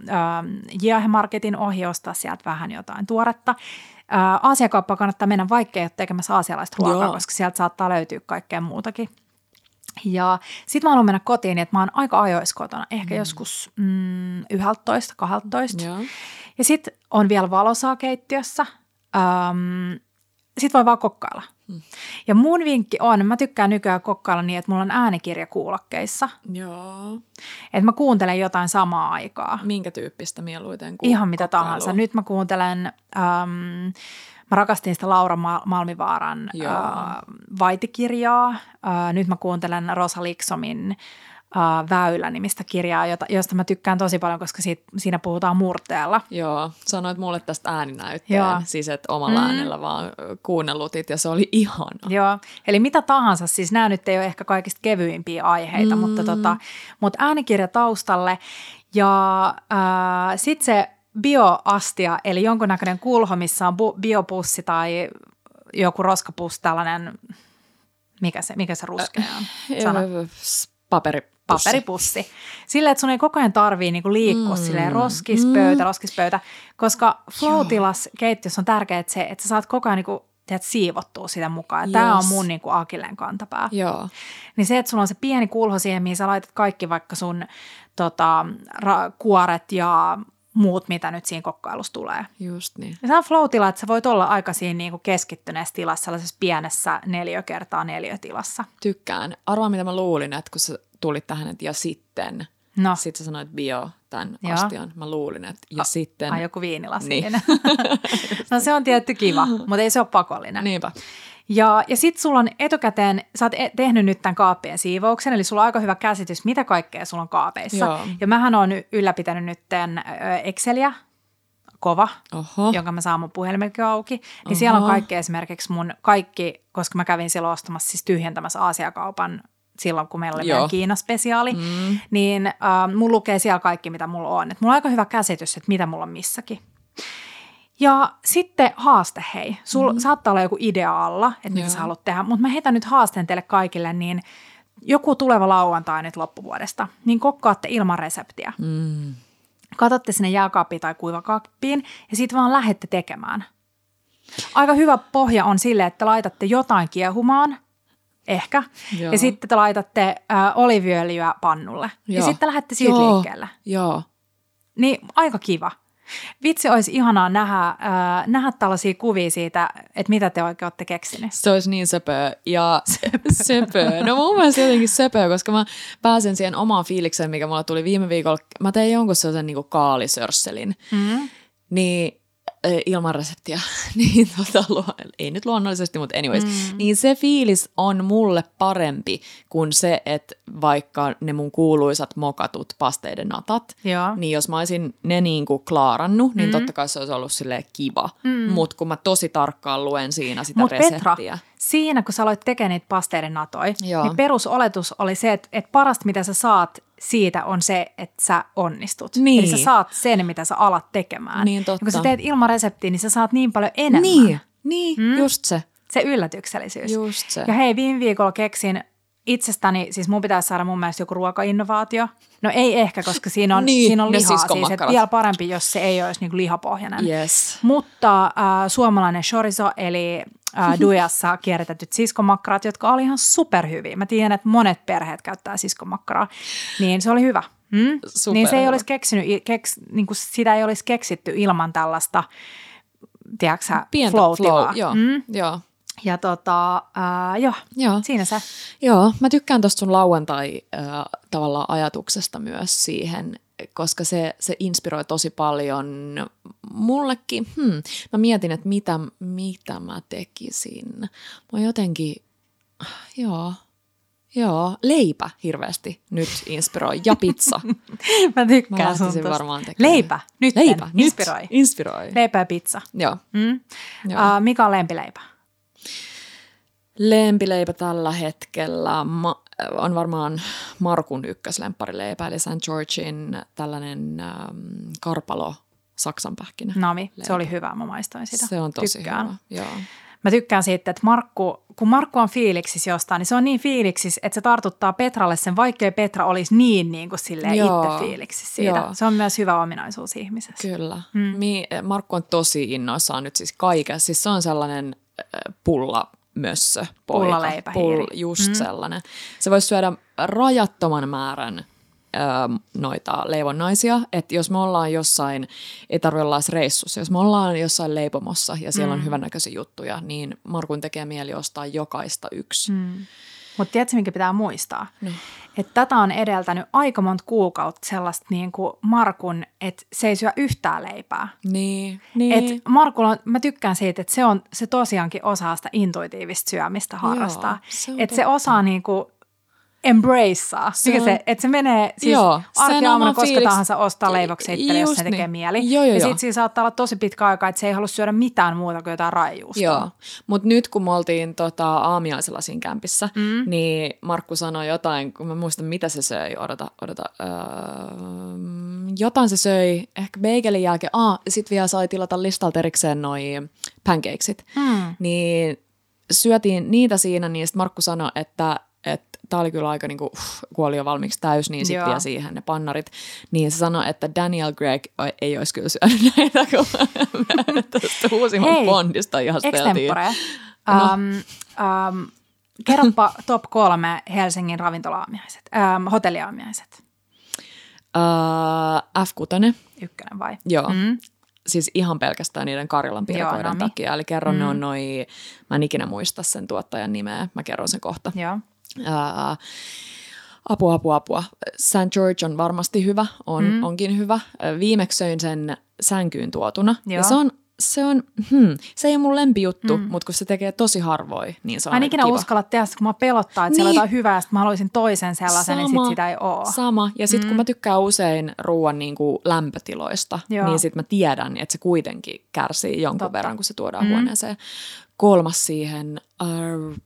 äh, Marketin ohi, ostaa sieltä vähän jotain tuoretta. Äh, Aasiakauppaan kannattaa mennä, vaikka ei ole tekemässä aasialaista ruokaa, Joo. koska sieltä saattaa löytyä kaikkea muutakin. Ja sitten mä haluan mennä kotiin, että mä oon aika ajoissa kotona, ehkä mm. joskus mm, yksitoista, kaksitoista. Joo. Ja sitten on vielä valosaa keittiössä. Ähm, sitten voi vaan kokkailla. Hmm. Ja mun vinkki on, mä tykkään nykyään kokkailla niin, että mulla on äänikirja kuulokkeissa. Joo. Että mä kuuntelen jotain samaa aikaa. Minkä tyyppistä mieluiten ku- Ihan mitä kokkailua. Tahansa. Nyt mä kuuntelen, ähm, mä rakastin sitä Laura Malmivaaran äh, Vaitikirjaa. Äh, nyt mä kuuntelen Rosa Liksomin Uh, Väylä-nimistä kirjaa, jota, josta mä tykkään tosi paljon, koska siitä, siinä puhutaan murteella. Joo, sanoit mulle tästä ääninäytteen, Joo. siis että omalla mm. äänellä vaan kuunnellutit ja se oli ihana. Joo, eli mitä tahansa, siis nämä nyt ei ole ehkä kaikista kevyimpiä aiheita, mm. mutta, tota, mutta äänikirja taustalle ja äh, sitten se bioastia, eli jonkunnäköinen kulho, missä on bu- biopussi tai joku roskapussi, tällainen, mikä se, mikä se ruskea on? Sano. Paperi. Paperipussi. Silleen, että sun ei koko ajan tarvii niinku liikkua mm. silleen roskispöytä, mm. roskispöytä, koska flow-tilas keittiössä on tärkeää, että, se, että sä saat koko ajan niinku, teet, siivottua sitä mukaan. Yes. Tämä on mun niinku akilleen kantapää. Joo. Niin se, että sulla on se pieni kulho siihen, mihin sä laitat kaikki vaikka sun tota, ra- kuoret ja muut, mitä nyt siinä kokkailussa tulee. Just niin. Ja se on flow-tila, että sä voit olla aika siinä niinku keskittyneessä tilassa, sellaisessa pienessä neliö kertaa neliö tilassa. Tykkään. Arvaa, mitä mä luulin, että kun sä tulit tähän, että ja sitten. No. Sitten sä sanoit bio tämän Joo. astian. Mä luulin, että ja A, sitten. Ai joku viinilasi. Niin. No se on tietty kiva, mutta ei se ole pakollinen. Niinpä. Ja, ja sitten sulla on etukäteen, sä oot tehnyt nyt tämän kaappien siivouksen, eli sulla on aika hyvä käsitys, mitä kaikkea sulla on kaapeissa. Joo. Ja mähän oon ylläpitänyt nyt Exceliä, kova, Oho. jonka mä saan mun puhelimelkin auki. Niin Oho. siellä on kaikki esimerkiksi mun kaikki, koska mä kävin silloin ostamassa siis tyhjentämässä Aasiakaupan silloin, kun meillä oli meidän Kiina-spesiaali, mm. niin äh, mun lukee siellä kaikki, mitä mulla on. Et mulla on aika hyvä käsitys, että mitä mulla on missäkin. Ja sitten haaste, hei. Sulla mm. saattaa olla joku idea alla, että mitä Joo. sä haluat tehdä, mutta mä heitän nyt haasteen teille kaikille, niin joku tuleva lauantai nyt loppuvuodesta, niin kokkaatte ilman reseptiä. Mm. Katotte sinne jääkaappiin tai kuivakaappiin ja sitten vaan lähdette tekemään. Aika hyvä pohja on sille, että laitatte jotain kiehumaan, ehkä, Joo. ja sitten te laitatte äh, oliiviöljyä pannulle. Joo. Ja sitten lähdette siitä Joo. liikkeelle. Joo. Niin aika kiva. Vitsi, olisi ihanaa nähdä, äh, nähdä tällaisia kuvia siitä, että mitä te oikein olette keksineet. Se olisi niin söpöä ja söpöä. No mun mielestä jotenkin söpöä, koska mä pääsen siihen omaan fiilikseen, mikä mulla tuli viime viikolla. Mä tein jonkun sellaisen niin kuin kaalisörsselin, mm. niin ilman reseptiä, niin tota, ei nyt luonnollisesti, mutta anyways, mm. niin se fiilis on mulle parempi kuin se, että vaikka ne mun kuuluisat mokatut pasteiden natat, Joo. niin jos mä olisin ne niin kuin klaarannut, niin mm. totta kai se olisi ollut silleen kiva, mm. mutta kun mä tosi tarkkaan luen siinä sitä Mut reseptiä. Petra, siinä kun sä aloit tekemään niitä pasteiden natoja, niin perusoletus oli se, että, että parasta mitä sä saat siitä on se, että sä onnistut. Niin. Eli sä saat sen, mitä sä alat tekemään. Niin, totta. Ja kun sä teet ilman reseptiä, niin sä saat niin paljon enemmän. Niin, niin hmm? just se. Se yllätyksellisyys. Just se. Ja hei, viime viikolla keksin itsestäni, siis mun pitäisi saada mun mielestä joku ruokainnovaatio. No ei ehkä, koska siinä on, niin, siinä on lihaa. Siis, että vielä parempi, jos se ei olisi niinku lihapohjainen. Yes. Mutta äh, suomalainen chorizo, eli äh, Dujassa kierrätetyt siskomakkarat, jotka oli ihan superhyviä. Mä tiedän, että monet perheet käyttää siskomakkaraa, niin se oli hyvä. Mm? Niin se ei olisi keksinyt, keks, niin kuin sitä ei olisi keksitty ilman tällaista, tiedätkö sä, flow-tilaa. Flow, joo, mm? joo. Ja tota, äh, joo, joo, siinä se. Joo, mä tykkään tuosta sun lauantai äh, tavallaan ajatuksesta myös siihen, koska se, se inspiroi tosi paljon mullekin. Hmm, mä mietin, että mitä, mitä mä tekisin. Mä jotenkin, joo, joo, leipä hirveästi nyt inspiroi ja pizza. Mä tykkään mä sun tosta. varmaan tekemään. Leipä, nyt leipä, inspiroi. Nyt inspiroi. Leipä ja pizza. Joo. Mm? joo. Uh, mikä on lempileipä? Lempileipä tällä hetkellä ma- on varmaan Markun ykköslempparileipä, eli Saint Georgein tällainen ähm, karpalo saksanpähkinä. Nami, se oli hyvä, mä maistoin sitä. Se on tosi tykkään. hyvä, joo. Mä tykkään siitä, että Markku, kun Markku on fiiliksissä jostain, niin se on niin fiiliksissä, että se tartuttaa Petralle sen, vaikkei Petra olisi niin, niin kuin silleen itse fiiliksissä siitä. Joo. Se on myös hyvä ominaisuus ihmisessä. Kyllä. Mm. Mi- Markku on tosi innoissaan nyt siis kaikessa. Siis se on sellainen äh, pulla mössö poika. Pullaleipä. Pull, just mm. sellainen. Se voisi syödä rajattoman määrän ö, noita leivonnaisia, että jos me ollaan jossain, ei tarvitse olla reissussa, jos me ollaan jossain leipomossa ja siellä mm. on hyvännäköisiä juttuja, niin Markun tekee mieli ostaa jokaista yksi. Mm. Mutta tiedätkö, minkä pitää muistaa? No. Että tätä on edeltänyt aika monta kuukautta sellaista niin kuin Markun, että se ei syö yhtään leipää. Niin, niin. Et Markulla, mä tykkään siitä, että se, on, se tosiaankin osaa sitä intuitiivista syömistä harrastaa. Että se osaa niin kuin embracea. Se se, että se menee siis arkiaamuna koska fiiliks... tahansa ostaa leivoksi itselle, jos se tekee niin. mieli. Joo, joo, ja sitten siinä saattaa olla tosi pitkä aika, että se ei halua syödä mitään muuta kuin jotain raijuustoa. Joo, mutta nyt kun me oltiin tota, aamiaisella siinä kämpissä, mm. niin Markku sanoi jotain, kun mä muistan mitä se söi, odota, odota, öö, jotain se söi, ehkä beigelin jälkeen, ah, sit vielä sai tilata listalta erikseen noi pancakesit, mm. niin syötiin niitä siinä, niin sitten Markku sanoi, että että tämä oli kyllä aika, niin kuin, uff, kun oli jo valmiiksi täys, niin sitten vielä siihen ne pannarit. Niin se sanoi, että Daniel Craig ei olisi kyllä syönyt näitä, kun tästä uusimman Bondista ihasteltiin. Extempore. No. Um, um, kerropa top kolme Helsingin ravintola-aamiaiset, um, hotelliaamiaiset. Uh, F kuusi. Ykkönen vai? Joo. Mm. Siis ihan pelkästään niiden Karjalan pirkoiden takia. Eli kerron mm. ne on noi, mä en ikinä muista sen tuottajan nimeä, mä kerron sen kohta. Joo. Uh, apua, apua, apua. Saint George on varmasti hyvä, on, mm. onkin hyvä. Viimeksi söin sen sänkyyn tuotuna. Joo. Ja se on, se on, hmm, se ei ole mun lempijuttu, mm. mutta kun se tekee tosi harvoin, niin se on Mä en ikinä kiva. uskalla tehdä sitä, kun mä pelottaa, että niin. siellä on jotain hyvää, että mä haluaisin toisen sellaisen, niin sit sitä ei ole. Sama. Ja sitten mm. kun mä tykkään usein ruoan niin kuin lämpötiloista, Joo. niin sitten mä tiedän, että se kuitenkin kärsii jonkun Totta. verran, kun se tuodaan mm. huoneeseen. Kolmas siihen, uh,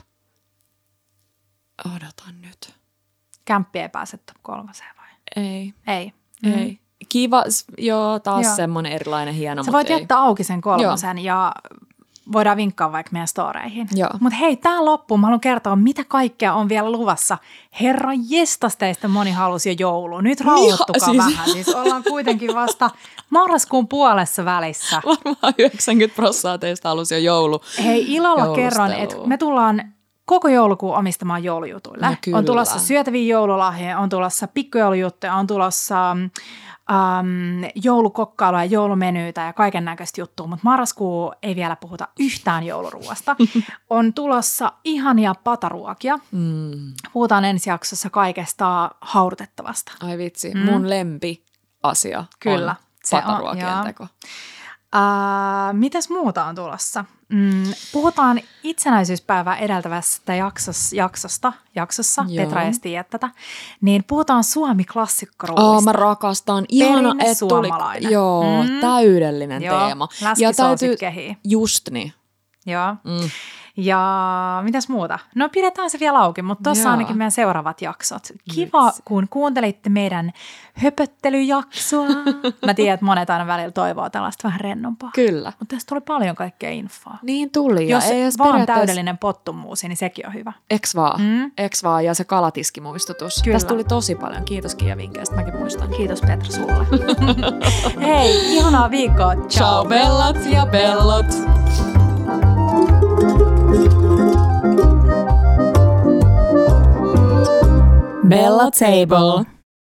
odotan nyt. Kämppi ei pääse top kolmaseen vai? Ei. Ei. Ei. Mm. Kiva, joo, taas joo. semmoinen erilainen hieno, Sä mutta voit ei. jättää auki sen kolmosen joo. ja voidaan vinkkaa vaikka meidän storeihin. Mutta hei, tää loppuun mä haluan kertoa, mitä kaikkea on vielä luvassa. Herra jestas, teistä moni halusi jo joulua. Nyt rauhoittukaa niin, siis. vähän. Siis ollaan kuitenkin vasta marraskuun puolessa välissä. Varmaan yhdeksänkymmentä prosenttia teistä halusi jo joulu. Hei, ilolla kerron, että me tullaan koko joulukuun omistamaan joulujutuille. No, on tulossa syötäviä joululahjoja, on tulossa pikkujoulujuttuja, on tulossa um, joulukokkailuja ja joulumenyitä ja kaiken näköistä juttua, mutta marraskuu ei vielä puhuta yhtään jouluruuasta. On tulossa ihania pataruokia. Mm. Puhutaan ensi jaksossa kaikesta haudutettavasta. Ai vitsi, mm. mun lempi asia Kyllä, on se pataruokien on, teko. Uh, mitäs muuta on tulossa? Mm, puhutaan itsenäisyyspäivää edeltävästä jaksossa, jaksosta, jaksossa, Joo. Petra ei tiedä tätä, niin puhutaan Suomi-klassikkoruuista. Oh, mä rakastan. Ihana, että tuli. Joo, mm. täydellinen Joo. teema. Läskisoosit kehii. Just niin. Joo. Mm. Ja mitäs muuta? No pidetään se vielä auki, mutta tuossa ainakin meidän seuraavat jaksot. Kiva, Vitsi. kun kuuntelitte meidän höpöttelyjaksoa. Mä tiedän, että monet aina välillä toivoo tällaista vähän rennompaa. Kyllä. Mutta tässä tuli paljon kaikkea infoa. Niin tuli. Jos ei vaan periaatteessa... täydellinen pottumuusi, niin sekin on hyvä. Eks vaan? Mm? Eks vaan? Ja se kalatiskimuistutus. Kyllä. Tästä tuli tosi paljon. Kiitos Kiia vinkkeistä. Mäkin muistan. Kiitos Petra sulle. Hei, ihanaa viikkoa. Ciao, Ciao bellat ja bellot. Bella Table.